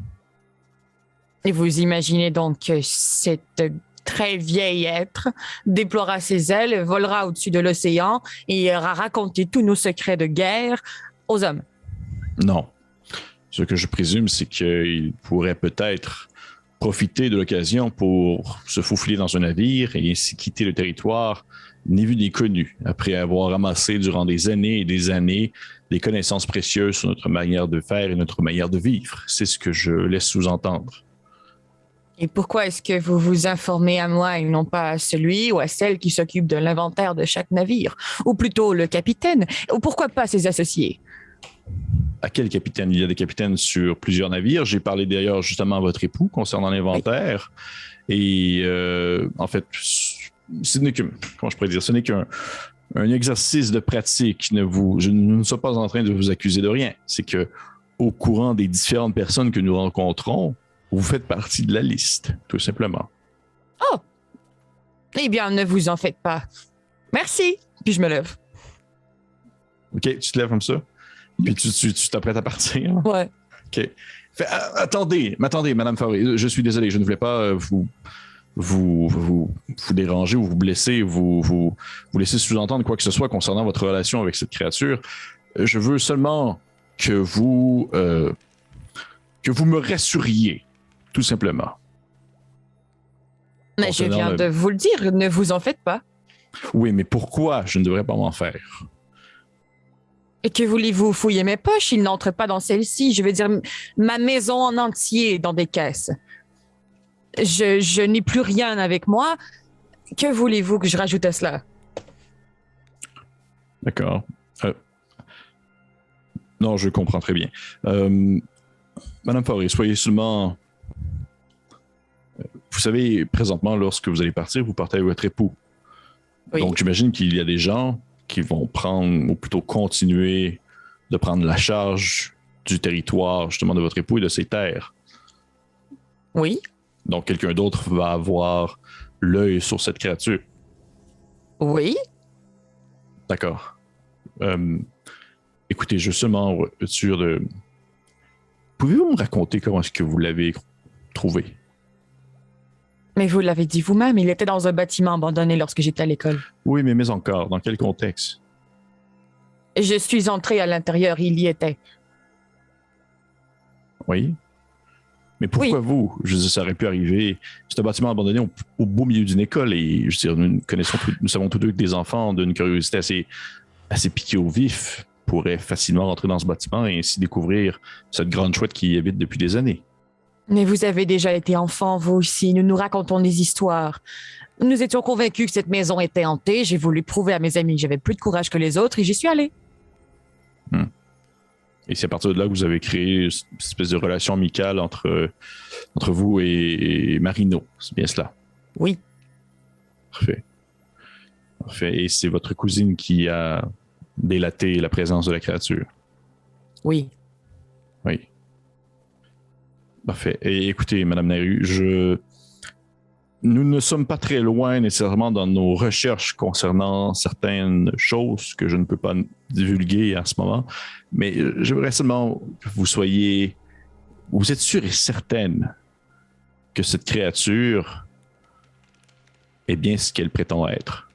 Et vous imaginez donc que cette très vieille être déploiera ses ailes, volera au-dessus de l'océan et ira raconter tous nos secrets de guerre aux hommes? Non. Ce que je présume, c'est qu'il pourrait peut-être profiter de l'occasion pour se faufiler dans un navire et ainsi quitter le territoire ni vu ni connu, après avoir ramassé durant des années et des années des connaissances précieuses sur notre manière de faire et notre manière de vivre. C'est ce que je laisse sous-entendre. Et pourquoi est-ce que vous vous informez à moi et non pas à celui ou à celle qui s'occupe de l'inventaire de chaque navire? Ou plutôt le capitaine? Ou pourquoi pas ses associés? À quel capitaine? Il y a des capitaines sur plusieurs navires. J'ai parlé d'ailleurs justement à votre époux concernant l'inventaire. Oui. Et euh, en fait, ce n'est que, comment je pourrais dire, ce n'est qu'un un exercice de pratique. Ne vous, je ne suis pas en train de vous accuser de rien. C'est que au courant des différentes personnes que nous rencontrons, vous faites partie de la liste, tout simplement. Oh! Eh bien, ne vous en faites pas. Merci. Puis je me lève. OK, tu te lèves comme ça? Puis tu, tu, tu t'apprêtes à partir? Ouais. OK. Fait, euh, attendez, m'attendez, Madame Faoré. Je suis désolé, je ne voulais pas euh, vous, vous, vous, vous déranger ou vous blesser, vous, vous, vous laisser sous-entendre quoi que ce soit concernant votre relation avec cette créature. Je veux seulement que vous, euh, que vous me rassuriez, tout simplement. Mais je viens le... de vous le dire, ne vous en faites pas. Oui, mais pourquoi je ne devrais pas m'en faire? Et que voulez-vous? Fouiller mes poches? Il n'entre pas dans celle-ci. Je veux dire, ma maison en entier dans des caisses. Je, je n'ai plus rien avec moi. Que voulez-vous que je rajoute à cela? D'accord. Euh... Non, je comprends très bien. Euh... Madame Fauré, soyez seulement... Vous savez, présentement, lorsque vous allez partir, vous partez avec votre époux. Oui. Donc, j'imagine qu'il y a des gens qui vont prendre, ou plutôt continuer de prendre la charge du territoire, justement, de votre époux et de ses terres. Oui. Donc, quelqu'un d'autre va avoir l'œil sur cette créature. Oui. D'accord. Euh, écoutez, je suis seulement sûr de... Pouvez-vous me raconter comment est-ce que vous l'avez trouvé? Mais vous l'avez dit vous-même, il était dans un bâtiment abandonné lorsque j'étais à l'école. Oui, mais mais encore, dans quel contexte? Je suis entré à l'intérieur, il y était. Oui. Mais pourquoi oui. vous? Je veux dire, ça aurait pu arriver. C'est un bâtiment abandonné au, au beau milieu d'une école et je veux dire, nous connaissons, nous savons tous deux que des enfants d'une curiosité assez, assez piquée au vif pourraient facilement rentrer dans ce bâtiment et ainsi découvrir cette grande chouette qui y habite depuis des années. Mais vous avez déjà été enfant, vous aussi. Nous nous racontons des histoires. Nous étions convaincus que cette maison était hantée. J'ai voulu prouver à mes amis que j'avais plus de courage que les autres et j'y suis allée. Hmm. Et c'est à partir de là que vous avez créé cette espèce de relation amicale entre, entre vous et, et Marino. C'est bien cela? Oui. Parfait. Parfait. Et c'est votre cousine qui a délaté la présence de la créature? Oui. Oui. Parfait. Et écoutez, Madame Naru, je... nous ne sommes pas très loin nécessairement dans nos recherches concernant certaines choses que je ne peux pas divulguer à ce moment, mais j'aimerais seulement que vous soyez... Vous êtes sûre et certaine que cette créature est bien ce qu'elle prétend être?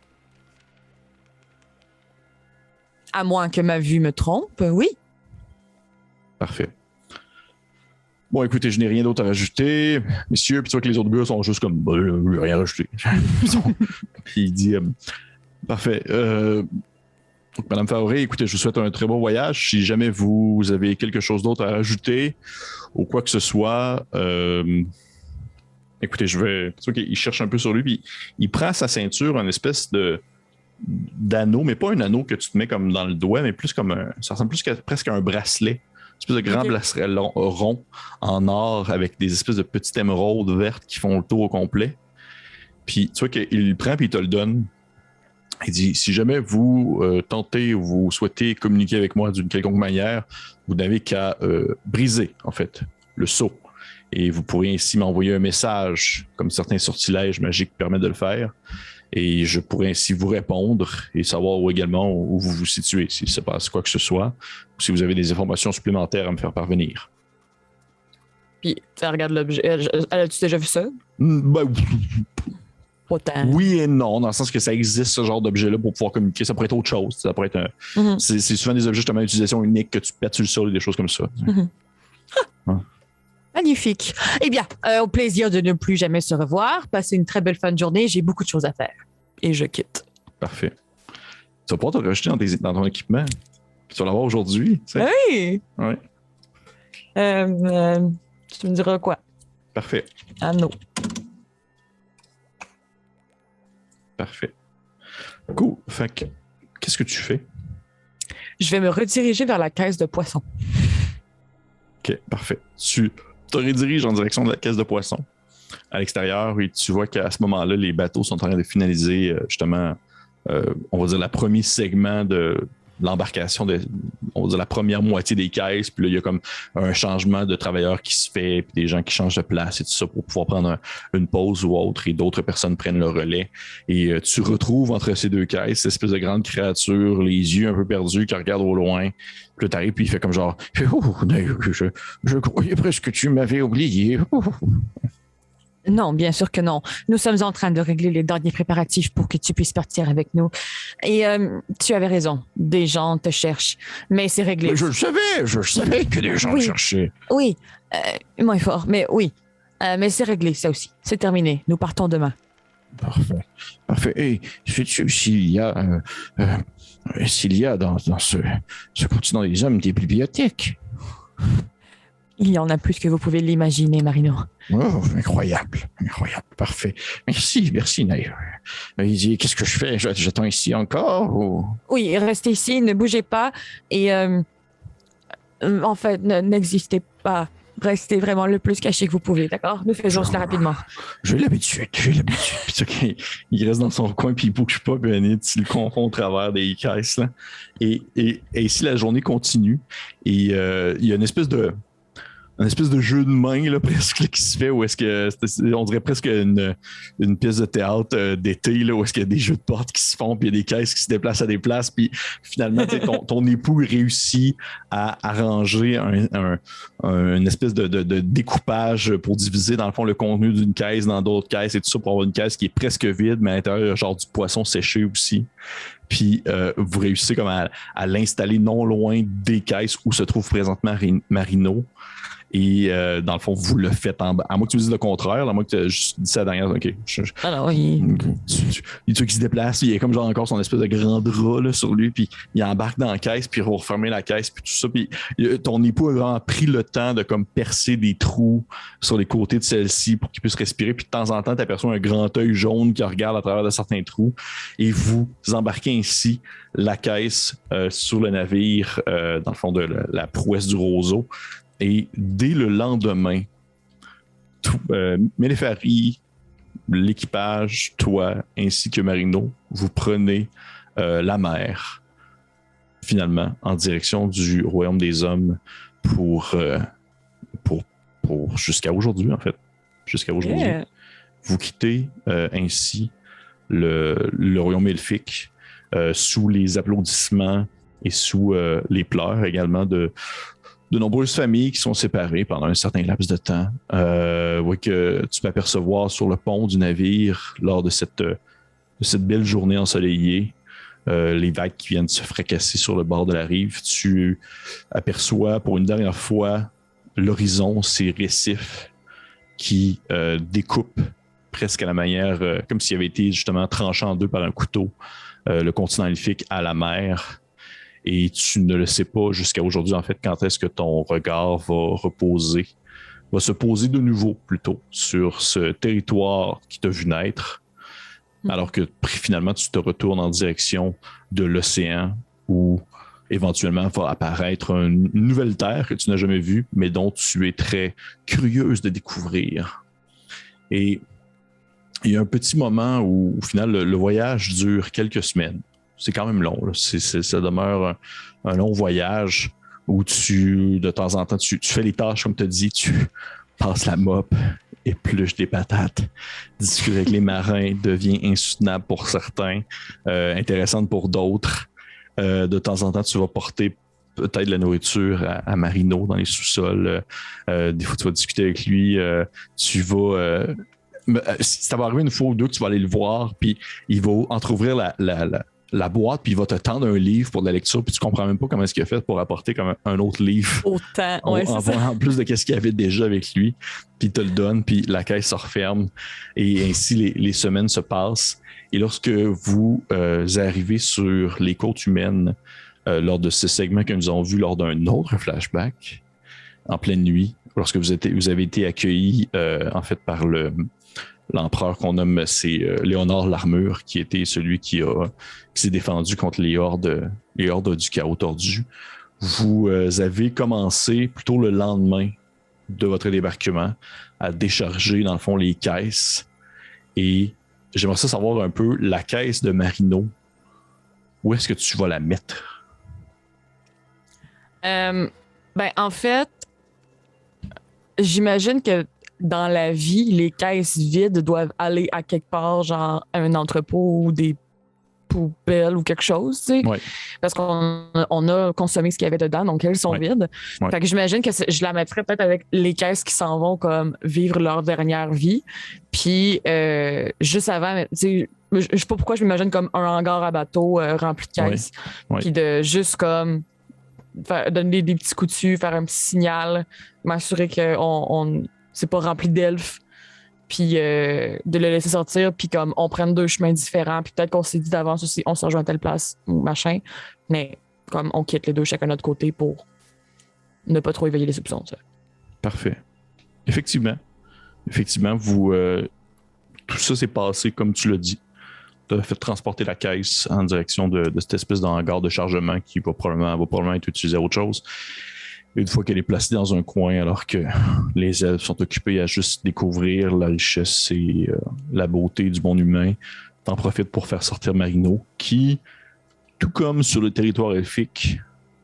À moins que ma vue me trompe, oui. Parfait. Bon, écoutez, je n'ai rien d'autre à rajouter, messieurs, puis tu vois que les autres gars sont juste comme, bah, je n'ai rien rajouté. Puis il dit, euh, parfait. Euh, donc, Madame Fauré, écoutez, je vous souhaite un très bon voyage. Si jamais vous avez quelque chose d'autre à rajouter ou quoi que ce soit, euh, écoutez, je vais... Tu vois qu'il cherche un peu sur lui, puis il prend sa ceinture, une espèce de d'anneau, mais pas un anneau que tu te mets comme dans le doigt, mais plus comme un... Ça ressemble plus qu'à, presque à un bracelet. Une espèce de grand okay. bracelet long, rond en or avec des espèces de petites émeraudes vertes qui font le tour au complet. Puis tu vois qu'il le prend puis il te le donne. Il dit, si jamais vous euh, tentez ou vous souhaitez communiquer avec moi d'une quelconque manière, vous n'avez qu'à euh, briser, en fait, le sceau. Et vous pourrez ainsi m'envoyer un message, comme certains sortilèges magiques permettent de le faire. Et je pourrais ainsi vous répondre et savoir où également où vous vous situez, s'il se passe quoi que ce soit, ou si vous avez des informations supplémentaires à me faire parvenir. Puis, tu regardes l'objet. As-tu déjà vu ça? Ben, Autant. Oui et non, dans le sens que ça existe, ce genre d'objet-là, pour pouvoir communiquer. Ça pourrait être autre chose. Ça pourrait être un... mm-hmm. c'est, c'est souvent des objets justement d'utilisation unique que tu pètes sur le sol et des choses comme ça. Mm-hmm. Ah. Hein? Magnifique. Eh bien, euh, au plaisir de ne plus jamais se revoir. Passez une très belle fin de journée. J'ai beaucoup de choses à faire. Et je quitte. Parfait. Tu vas pouvoir te rejeter dans, tes, dans ton équipement. Tu vas l'avoir aujourd'hui. Tu sais. Oui. Oui. Euh, euh, tu me diras quoi? Parfait. Anneau. Parfait. Cool. Fait que, qu'est-ce que tu fais? Je vais me rediriger vers la caisse de poissons. OK, parfait. Tu te rediriges en direction de la caisse de poissons à l'extérieur et tu vois qu'à ce moment-là, les bateaux sont en train de finaliser euh, justement, euh, on va dire, le premier segment de l'embarcation, de, on va dire la première moitié des caisses. Puis là, il y a comme un changement de travailleurs qui se fait, puis des gens qui changent de place et tout ça pour pouvoir prendre un, une pause ou autre et d'autres personnes prennent le relais. Et euh, tu retrouves entre ces deux caisses cette espèce de grande créature, les yeux un peu perdus, qui regarde au loin. Puis là, t'arrives, puis il fait comme genre oh, je, je croyais presque que tu m'avais oublié. Non, bien sûr que non. Nous sommes en train de régler les derniers préparatifs pour que tu puisses partir avec nous. Et euh, tu avais raison. Des gens te cherchent. Mais c'est réglé. Mais je le savais, je savais que des gens oui. me cherchaient. Oui, euh, moins fort, mais oui. Euh, mais c'est réglé, ça aussi. C'est terminé. Nous partons demain. Parfait. Parfait. Et sais-tu s'il y a, euh, euh, s'il y a dans, dans ce, ce continent des hommes des bibliothèques? Il y en a plus que vous pouvez l'imaginer, Marino. Oh, incroyable, incroyable, parfait. Merci, merci, Naïf. Il dit, qu'est-ce que je fais? J'attends ici encore? Ou... Oui, restez ici, ne bougez pas. Et euh, en fait, n'existez pas. Restez vraiment le plus caché que vous pouvez, d'accord? Nous faisons cela rapidement. J'ai l'habitude, j'ai l'habitude. Puis okay, il reste dans son coin, puis il bouge pas, puis il le confond au travers des caisses. Là. Et, et, et ici, la journée continue. Et euh, il y a une espèce de... une espèce de jeu de main là, presque là, qui se fait où est-ce que on dirait presque une, une pièce de théâtre euh, d'été là, où est-ce qu'il y a des jeux de portes qui se font puis il y a des caisses qui se déplacent à des places puis finalement ton, ton époux réussit à arranger un, un, un, une espèce de, de, de découpage pour diviser dans le fond le contenu d'une caisse dans d'autres caisses et tout ça pour avoir une caisse qui est presque vide mais à l'intérieur genre du poisson séché aussi. Puis euh, vous réussissez comme à, à l'installer non loin des caisses où se trouve présentement Marino. Et euh, dans le fond, vous le faites en bas. À moins que tu me dises le contraire, à moins que tu aies juste dit ça à la dernière. OK. Je, je, Alors, il... il tu qui se déplace, il est comme genre encore son espèce de grand drap là, sur lui, puis il embarque dans la caisse, puis il va refermer la caisse, puis tout ça. Puis ton époux a vraiment pris le temps de comme percer des trous sur les côtés de celle-ci pour qu'il puisse respirer. Puis de temps en temps, tu aperçois un grand œil jaune qui regarde à travers de certains trous. Et vous embarquez ainsi la caisse euh, sur le navire, euh, dans le fond de la, la prouesse du roseau. Et dès le lendemain, tout, euh, Mélépharie, l'équipage, toi, ainsi que Marino, vous prenez euh, la mer, finalement, en direction du royaume des hommes pour, euh, pour, pour jusqu'à aujourd'hui, en fait. Jusqu'à aujourd'hui. Yeah. Vous quittez euh, ainsi le, le royaume elfique euh, sous les applaudissements et sous euh, les pleurs également de de nombreuses familles qui sont séparées pendant un certain laps de temps. Euh, oui, que tu peux apercevoir sur le pont du navire lors de cette, de cette belle journée ensoleillée, euh, les vagues qui viennent se fracasser sur le bord de la rive. Tu aperçois pour une dernière fois l'horizon, ces récifs qui euh, découpent presque à la manière, euh, comme s'il avait été justement tranché en deux par un couteau, euh, le continent elfique à la mer. Et tu ne le sais pas jusqu'à aujourd'hui, en fait, quand est-ce que ton regard va reposer, va se poser de nouveau plutôt sur ce territoire qui t'a vu naître, mmh. alors que finalement tu te retournes en direction de l'océan où éventuellement va apparaître une nouvelle terre que tu n'as jamais vue, mais dont tu es très curieuse de découvrir. Et il y a un petit moment où, au final, le, le voyage dure quelques semaines. C'est quand même long. C'est, c'est, ça demeure un, un long voyage où tu, de temps en temps, tu, tu fais les tâches comme tu as dit, tu passes la mop, épluches des patates, discutes avec les marins, devient insoutenable pour certains, euh, intéressante pour d'autres. Euh, de temps en temps, tu vas porter peut-être de la nourriture à, à Marino dans les sous-sols. Euh, des fois, tu vas discuter avec lui. Euh, tu vas... Euh, ça va arriver une fois ou deux que tu vas aller le voir, puis il va entrouvrir la... la, la la boîte, puis il va te tendre un livre pour de la lecture, puis tu comprends même pas comment est-ce qu'il a fait pour apporter comme un, un autre livre. Autant, en, ouais, c'est en, ça. En plus de ce qu'il y avait déjà avec lui, puis il te le donne, puis la caisse se referme, et ainsi les, les semaines se passent. Et lorsque vous euh, arrivez sur les côtes humaines, euh, lors de ce segment que nous avons vu lors d'un autre flashback, en pleine nuit, lorsque vous, êtes, vous avez été accueillis, euh, en fait, par le... l'empereur qu'on nomme, c'est euh, Léonard l'Armure, qui était celui qui, a, qui s'est défendu contre les hordes, les hordes du chaos tordu. Vous euh, avez commencé plutôt le lendemain de votre débarquement à décharger, dans le fond, les caisses. Et j'aimerais ça savoir un peu, la caisse de Marino, où est-ce que tu vas la mettre? Euh, ben, en fait, j'imagine que dans la vie, les caisses vides doivent aller à quelque part, genre à un entrepôt ou des poubelle ou quelque chose, tu sais. Ouais. Parce qu'on on a consommé ce qu'il y avait dedans, donc elles sont Ouais. vides. Ouais. Fait que j'imagine que je la mettrais peut-être avec les caisses qui s'en vont comme vivre leur dernière vie. Puis euh, juste avant, tu sais, je sais pas pourquoi je m'imagine comme un hangar à bateau euh, rempli de caisses. Ouais. Ouais. Puis de juste comme faire, donner des petits coups dessus, faire un petit signal, m'assurer que on, on c'est pas rempli d'elfes. Puis euh, de le laisser sortir, puis comme on prenne deux chemins différents, puis peut-être qu'on s'est dit d'avance aussi, on se rejoint à telle place ou machin, mais comme on quitte les deux chacun de notre côté pour ne pas trop éveiller les soupçons. Ça. Parfait. Effectivement. Effectivement, vous euh, tout ça s'est passé comme tu l'as dit. Tu as fait transporter la caisse en direction de, de cette espèce de hangar de chargement qui va probablement, va probablement être utilisé à autre chose. Une fois qu'elle est placée dans un coin, alors que les elfes sont occupés à juste découvrir la richesse et euh, la beauté du monde humain, t'en profites pour faire sortir Marino, qui, tout comme sur le territoire elfique,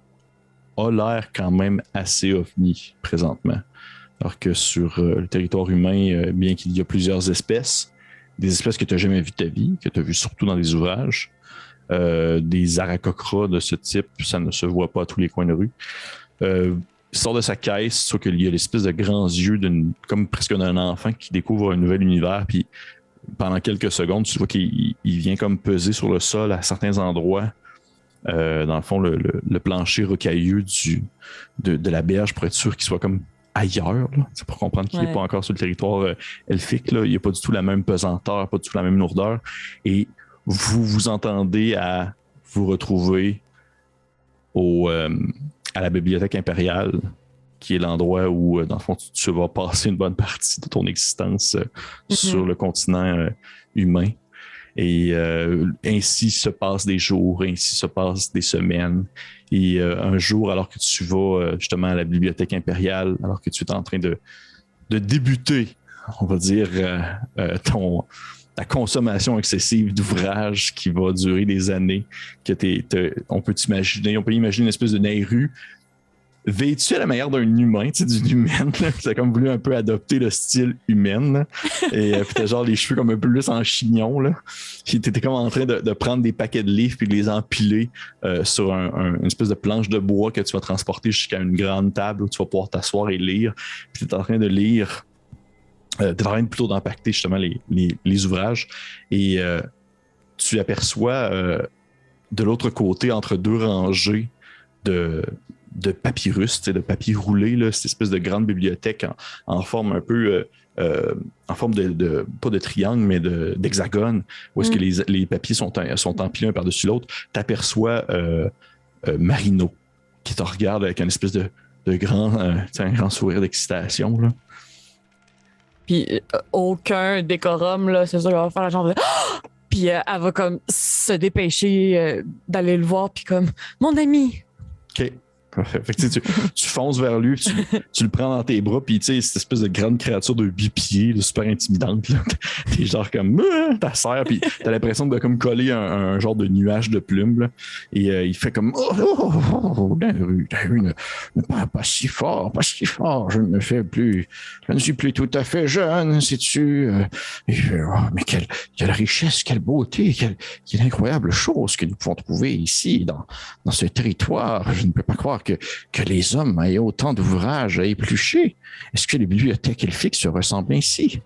a l'air quand même assez ovni présentement. Alors que sur euh, le territoire humain, euh, bien qu'il y a plusieurs espèces, des espèces que tu n'as jamais vues de ta vie, que tu as vues surtout dans des ouvrages, euh, des aracocras de ce type, ça ne se voit pas à tous les coins de rue. Euh, il sort de sa caisse, sauf qu'il y a l'espèce de grands yeux d'une, comme presque d'un enfant qui découvre un nouvel univers, puis pendant quelques secondes, tu vois qu'il il vient comme peser sur le sol à certains endroits. Euh, dans le fond, le, le, le plancher rocailleux du, de, de la berge pour être sûr qu'il soit comme ailleurs. Là. C'est pour comprendre qu'il n'est Ouais. pas encore sur le territoire euh, elfique. Là. Il n'y a pas du tout la même pesanteur, pas du tout la même lourdeur. Et vous vous entendez à vous retrouver au... Euh, à la bibliothèque impériale, qui est l'endroit où, dans le fond, tu, tu vas passer une bonne partie de ton existence euh, mm-hmm. sur le continent euh, humain. Et euh, ainsi se passent des jours, ainsi se passent des semaines. Et euh, un jour, alors que tu vas euh, justement à la bibliothèque impériale, alors que tu es en train de, de débuter, on va dire, euh, euh, ton... ta consommation excessive d'ouvrages qui va durer des années, que t'es, t'es, on peut t'imaginer, on peut imaginer une espèce de Nehru vêtu à la manière d'un humain, tu sais, d'une humaine. Tu as comme voulu un peu adopter le style humain. Là. Et euh, puis t'as genre les cheveux comme un peu plus en chignon. Là. Puis t'étais comme en train de, de prendre des paquets de livres puis de les empiler euh, sur un, un, une espèce de planche de bois que tu vas transporter jusqu'à une grande table où tu vas pouvoir t'asseoir et lire. Puis t'es en train de lire. Euh, t'es en train plutôt d'impacter justement les, les, les ouvrages et euh, tu aperçois euh, de l'autre côté, entre deux rangées de, de papyrus, de papier roulé, là, cette espèce de grande bibliothèque en, en forme un peu, euh, euh, en forme de, de, pas de triangle, mais de, d'hexagone, où est-ce mm. que les, les papiers sont, sont empilés un par-dessus l'autre. T'aperçois euh, euh, Marino qui te regarde avec un espèce de, de grand, euh, un grand sourire d'excitation, là. Puis euh, aucun décorum, là, c'est sûr, elle va faire la genre de... Oh! Puis euh, elle va comme se dépêcher euh, d'aller le voir, puis comme, mon ami. OK. Parfait. Fait que, tu, tu fonces vers lui, tu, tu le prends dans tes bras, puis tu sais, cette espèce de grande créature de huit pieds, là, super intimidante, là. T'es genre comme, ah, ta serre, puis t'as l'impression de comme coller un, un genre de nuage de plumes, là. Et euh, il fait comme, oh, oh, oh, oh Nehru, Nehru, ne, ne pas, pas si fort, pas si fort, je ne me fais plus, je ne suis plus tout à fait jeune, sais-tu. Euh, et, oh, mais quelle, quelle richesse, quelle beauté, quelle, quelle incroyable chose que nous pouvons trouver ici, dans, dans ce territoire. Je ne peux pas croire Que, que les hommes aient autant d'ouvrages à éplucher. Est-ce que les bibliothèques elfiques se ressemblent ainsi?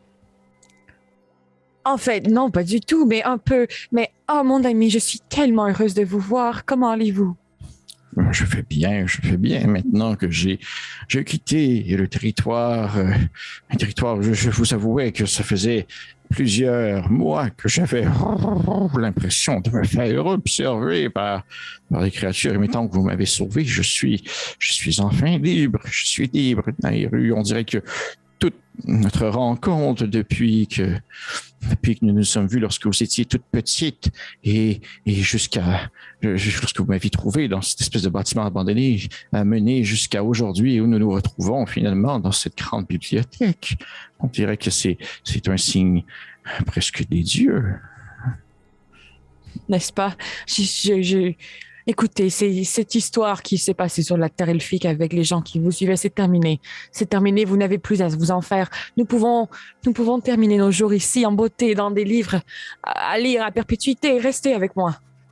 En fait, non, pas du tout, mais un peu. Mais, oh mon ami, je suis tellement heureuse de vous voir. Comment allez-vous? Je fais bien, je fais bien maintenant que j'ai, j'ai quitté le territoire. Euh, un territoire, je, je vous avouais que ça faisait plusieurs mois que j'avais l'impression de me faire observer par, par les créatures. Et maintenant que vous m'avez sauvé, je suis, je suis enfin libre. Je suis libre, Nehru. On dirait que toute notre rencontre depuis que, depuis que nous nous sommes vus lorsque vous étiez toute petite et, et jusqu'à, lorsque vous m'aviez trouvé dans cette espèce de bâtiment abandonné, a mené jusqu'à aujourd'hui où nous nous retrouvons finalement dans cette grande bibliothèque. On dirait que c'est, c'est un signe presque des dieux. N'est-ce pas? Je, je, je... Écoutez, c'est, cette histoire qui s'est passée sur la terre elfique avec les gens qui vous suivaient, c'est terminé. C'est terminé, vous n'avez plus à vous en faire. Nous pouvons, nous pouvons terminer nos jours ici en beauté, dans des livres, à lire à perpétuité. Restez avec moi.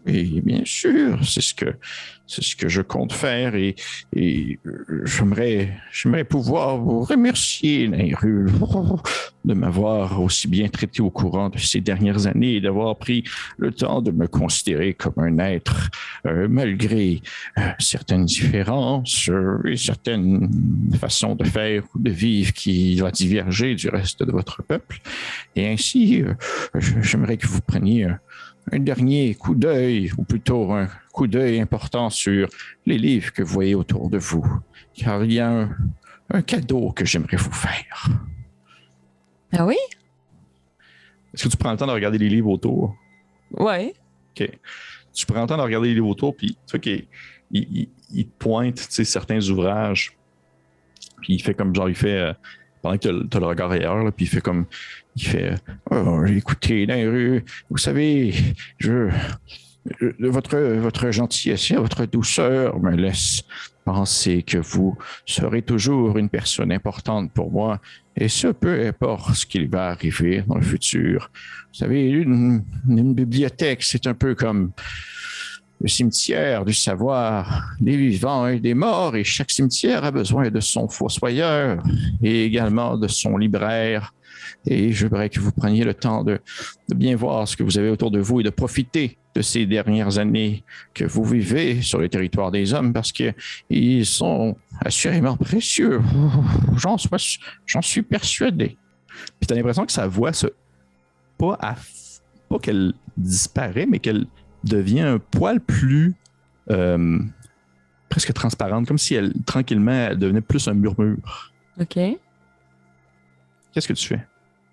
Et bien sûr, c'est ce que c'est ce que je compte faire et, et j'aimerais j'aimerais pouvoir vous remercier, Nayru, de m'avoir aussi bien traité au courant de ces dernières années et d'avoir pris le temps de me considérer comme un être euh, malgré euh, certaines différences euh, et certaines façons de faire ou de vivre qui va diverger du reste de votre peuple. Et ainsi, euh, j'aimerais que vous preniez un un dernier coup d'œil, ou plutôt un coup d'œil important sur les livres que vous voyez autour de vous, car il y a un, un cadeau que j'aimerais vous faire. Ah oui? Est-ce que tu prends le temps de regarder les livres autour? Ouais. OK. Tu prends le temps de regarder les livres autour, puis tu vois qu'il il, il, il pointe, tu sais, certains ouvrages, puis il fait comme genre, il fait... Euh, pendant que tu as le regard ailleurs, là, puis il fait comme, il fait, oh, écoutez, Nayru, vous savez, je, je, votre, votre gentillesse et votre douceur me laisse penser que vous serez toujours une personne importante pour moi, et ce, peu importe ce qu'il va arriver dans le futur. Vous savez, une, une bibliothèque, c'est un peu comme le cimetière du savoir des vivants et des morts, et chaque cimetière a besoin de son fossoyeur et également de son libraire. Et je voudrais que vous preniez le temps de, de bien voir ce que vous avez autour de vous et de profiter de ces dernières années que vous vivez sur le territoire des hommes, parce qu'ils sont assurément précieux. J'en suis, j'en suis persuadé. Puis tu as l'impression que sa voix, se, pas, à, pas qu'elle disparaît, mais qu'elle devient un poil plus euh, presque transparente, comme si elle, tranquillement, elle devenait plus un murmure. OK. Qu'est-ce que tu fais?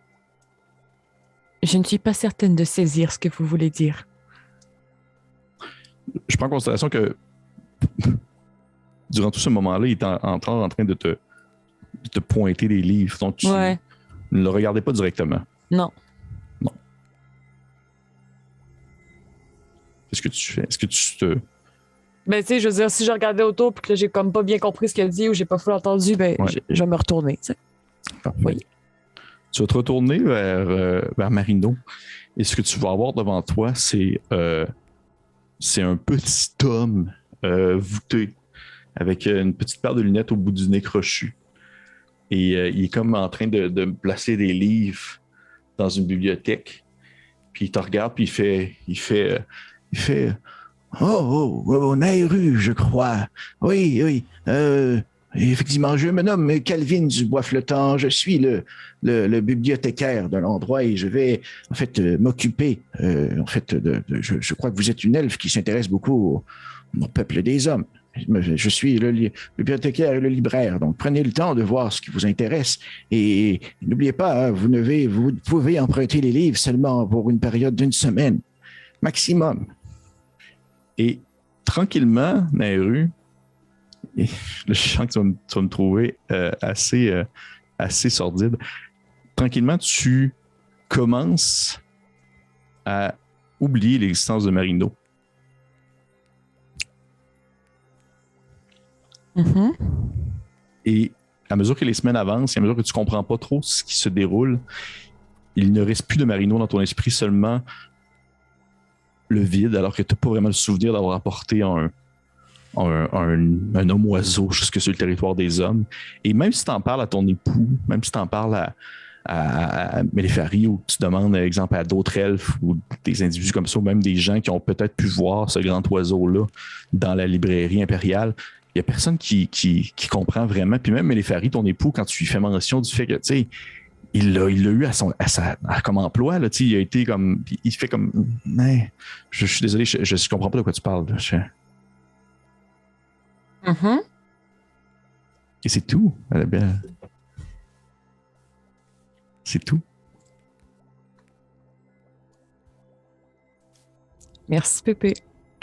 Je ne suis pas certaine de saisir ce que vous voulez dire. Je prends en considération que durant tout ce moment-là, il est en, en, en train de te, de te pointer des livres. Donc, tu ouais. ne le regardais pas directement. Non. Non. Qu'est-ce que tu fais? Est-ce que tu te... Ben, tu sais, je veux dire, si je regardais autour et que j'ai comme pas bien compris ce qu'elle dit ou j'ai pas full entendu, ben, ouais. je, je vais me retourner, tu sais. Parfait. Oui. Tu vas te retourner vers, euh, vers Marino et ce que tu vas avoir devant toi, c'est, euh, c'est un petit homme euh, voûté avec une petite paire de lunettes au bout du nez crochu. Et euh, il est comme en train de, de placer des livres dans une bibliothèque. Puis il te regarde, puis il fait... Il fait, il fait Oh, oh, oh, Nayru, je crois. Oui, oui. Euh, effectivement, je me nomme Calvin Dubois-Flottant. Je suis le, le, le bibliothécaire de l'endroit et je vais, en fait, euh, m'occuper. Euh, en fait, de, de, je, je crois que vous êtes une elfe qui s'intéresse beaucoup au, au peuple des hommes. Je suis le, le bibliothécaire et le libraire, donc prenez le temps de voir ce qui vous intéresse et n'oubliez pas, hein, vous, ne, vous pouvez emprunter les livres seulement pour une période d'une semaine, maximum. Et tranquillement, Nayru, et je sens que tu vas me, tu vas me trouver euh, assez, euh, assez sordide, tranquillement, tu commences à oublier l'existence de Marino. Mm-hmm. Et à mesure que les semaines avancent, et à mesure que tu ne comprends pas trop ce qui se déroule, il ne reste plus de Marino dans ton esprit, seulement le vide, alors que tu n'as pas vraiment le souvenir d'avoir apporté un, un, un, un homme-oiseau jusque sur le territoire des hommes. Et même si tu en parles à ton époux, même si tu en parles à, à, à Mélépharie, ou tu demandes, par exemple, à d'autres elfes ou des individus comme ça, ou même des gens qui ont peut-être pu voir ce grand oiseau-là dans la librairie impériale, il n'y a personne qui, qui, qui comprend vraiment. Puis même Mélépharie, ton époux, quand tu lui fais mention du fait que, tu sais, il l'a, il l'a eu à son, à sa, à, comme emploi, là, tu sais, il a été comme, il fait comme, mais, je, je suis désolé, je, je, je comprends pas de quoi tu parles. Là, je... Mm-hmm. Et c'est tout, elle est belle. C'est tout. Merci, Pépé.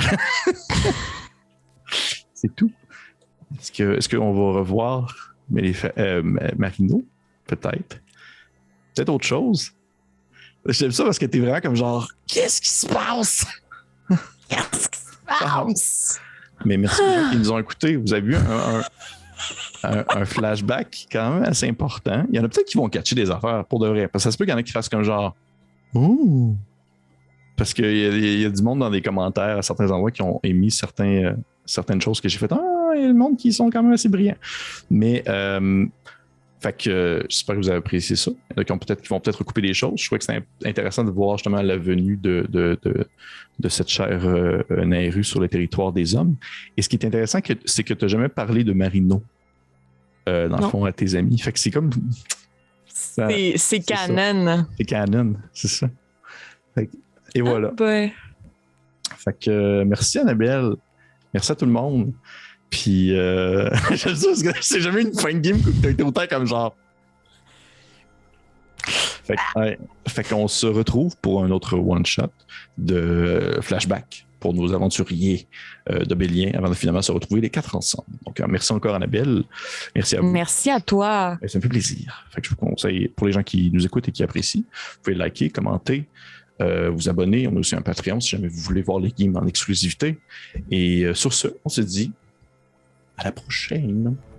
C'est tout. Est-ce, que, est-ce qu'on va revoir Méléfa- euh, Marino? Peut-être. Peut-être autre chose. J'aime ça parce que t'es vraiment comme genre, qu'est-ce qui se passe? Qu'est-ce qui se passe? Mais merci aux gens qui nous ont écoutés. Vous avez vu un, un, un, un flashback quand même assez important. Il y en a peut-être qui vont catcher des affaires pour de vrai. Parce que ça se peut qu'il y en a qui fassent comme genre, oh! parce qu'il y, y, y a du monde dans des commentaires à certains endroits qui ont émis certains, euh, certaines choses que j'ai fait. Ah, il y a le monde qui sont quand même assez brillants. Mais, euh, fait que euh, j'espère que vous avez apprécié ça. Il y en a qui, ont peut-être, qui vont peut-être recouper des choses. Je trouvais que c'était intéressant de voir justement la venue de, de, de, de cette chère euh, Nayru sur le territoire des hommes. Et ce qui est intéressant, que, c'est que tu n'as jamais parlé de Marino, euh, dans non. le fond, à tes amis. Fait que c'est comme. Ça, c'est, c'est, c'est canon. C'est canon, c'est ça. Fait que, et voilà. Ah ben. Fait que euh, merci Annabelle. Merci à tout le monde. Puis, euh, je sais que c'est jamais une fin de game que t'as été autant comme genre. Fait, ouais, fait qu'on se retrouve pour un autre one-shot de flashback pour nos aventuriers euh, de Bélien avant de finalement se retrouver les quatre ensemble. Donc, euh, merci encore Annabelle. Merci à vous. Merci à toi. Et ça me fait plaisir. Fait que je vous conseille, pour les gens qui nous écoutent et qui apprécient, vous pouvez liker, commenter, euh, vous abonner. On a aussi un Patreon si jamais vous voulez voir les games en exclusivité. Et euh, sur ce, on se dit à la prochaine.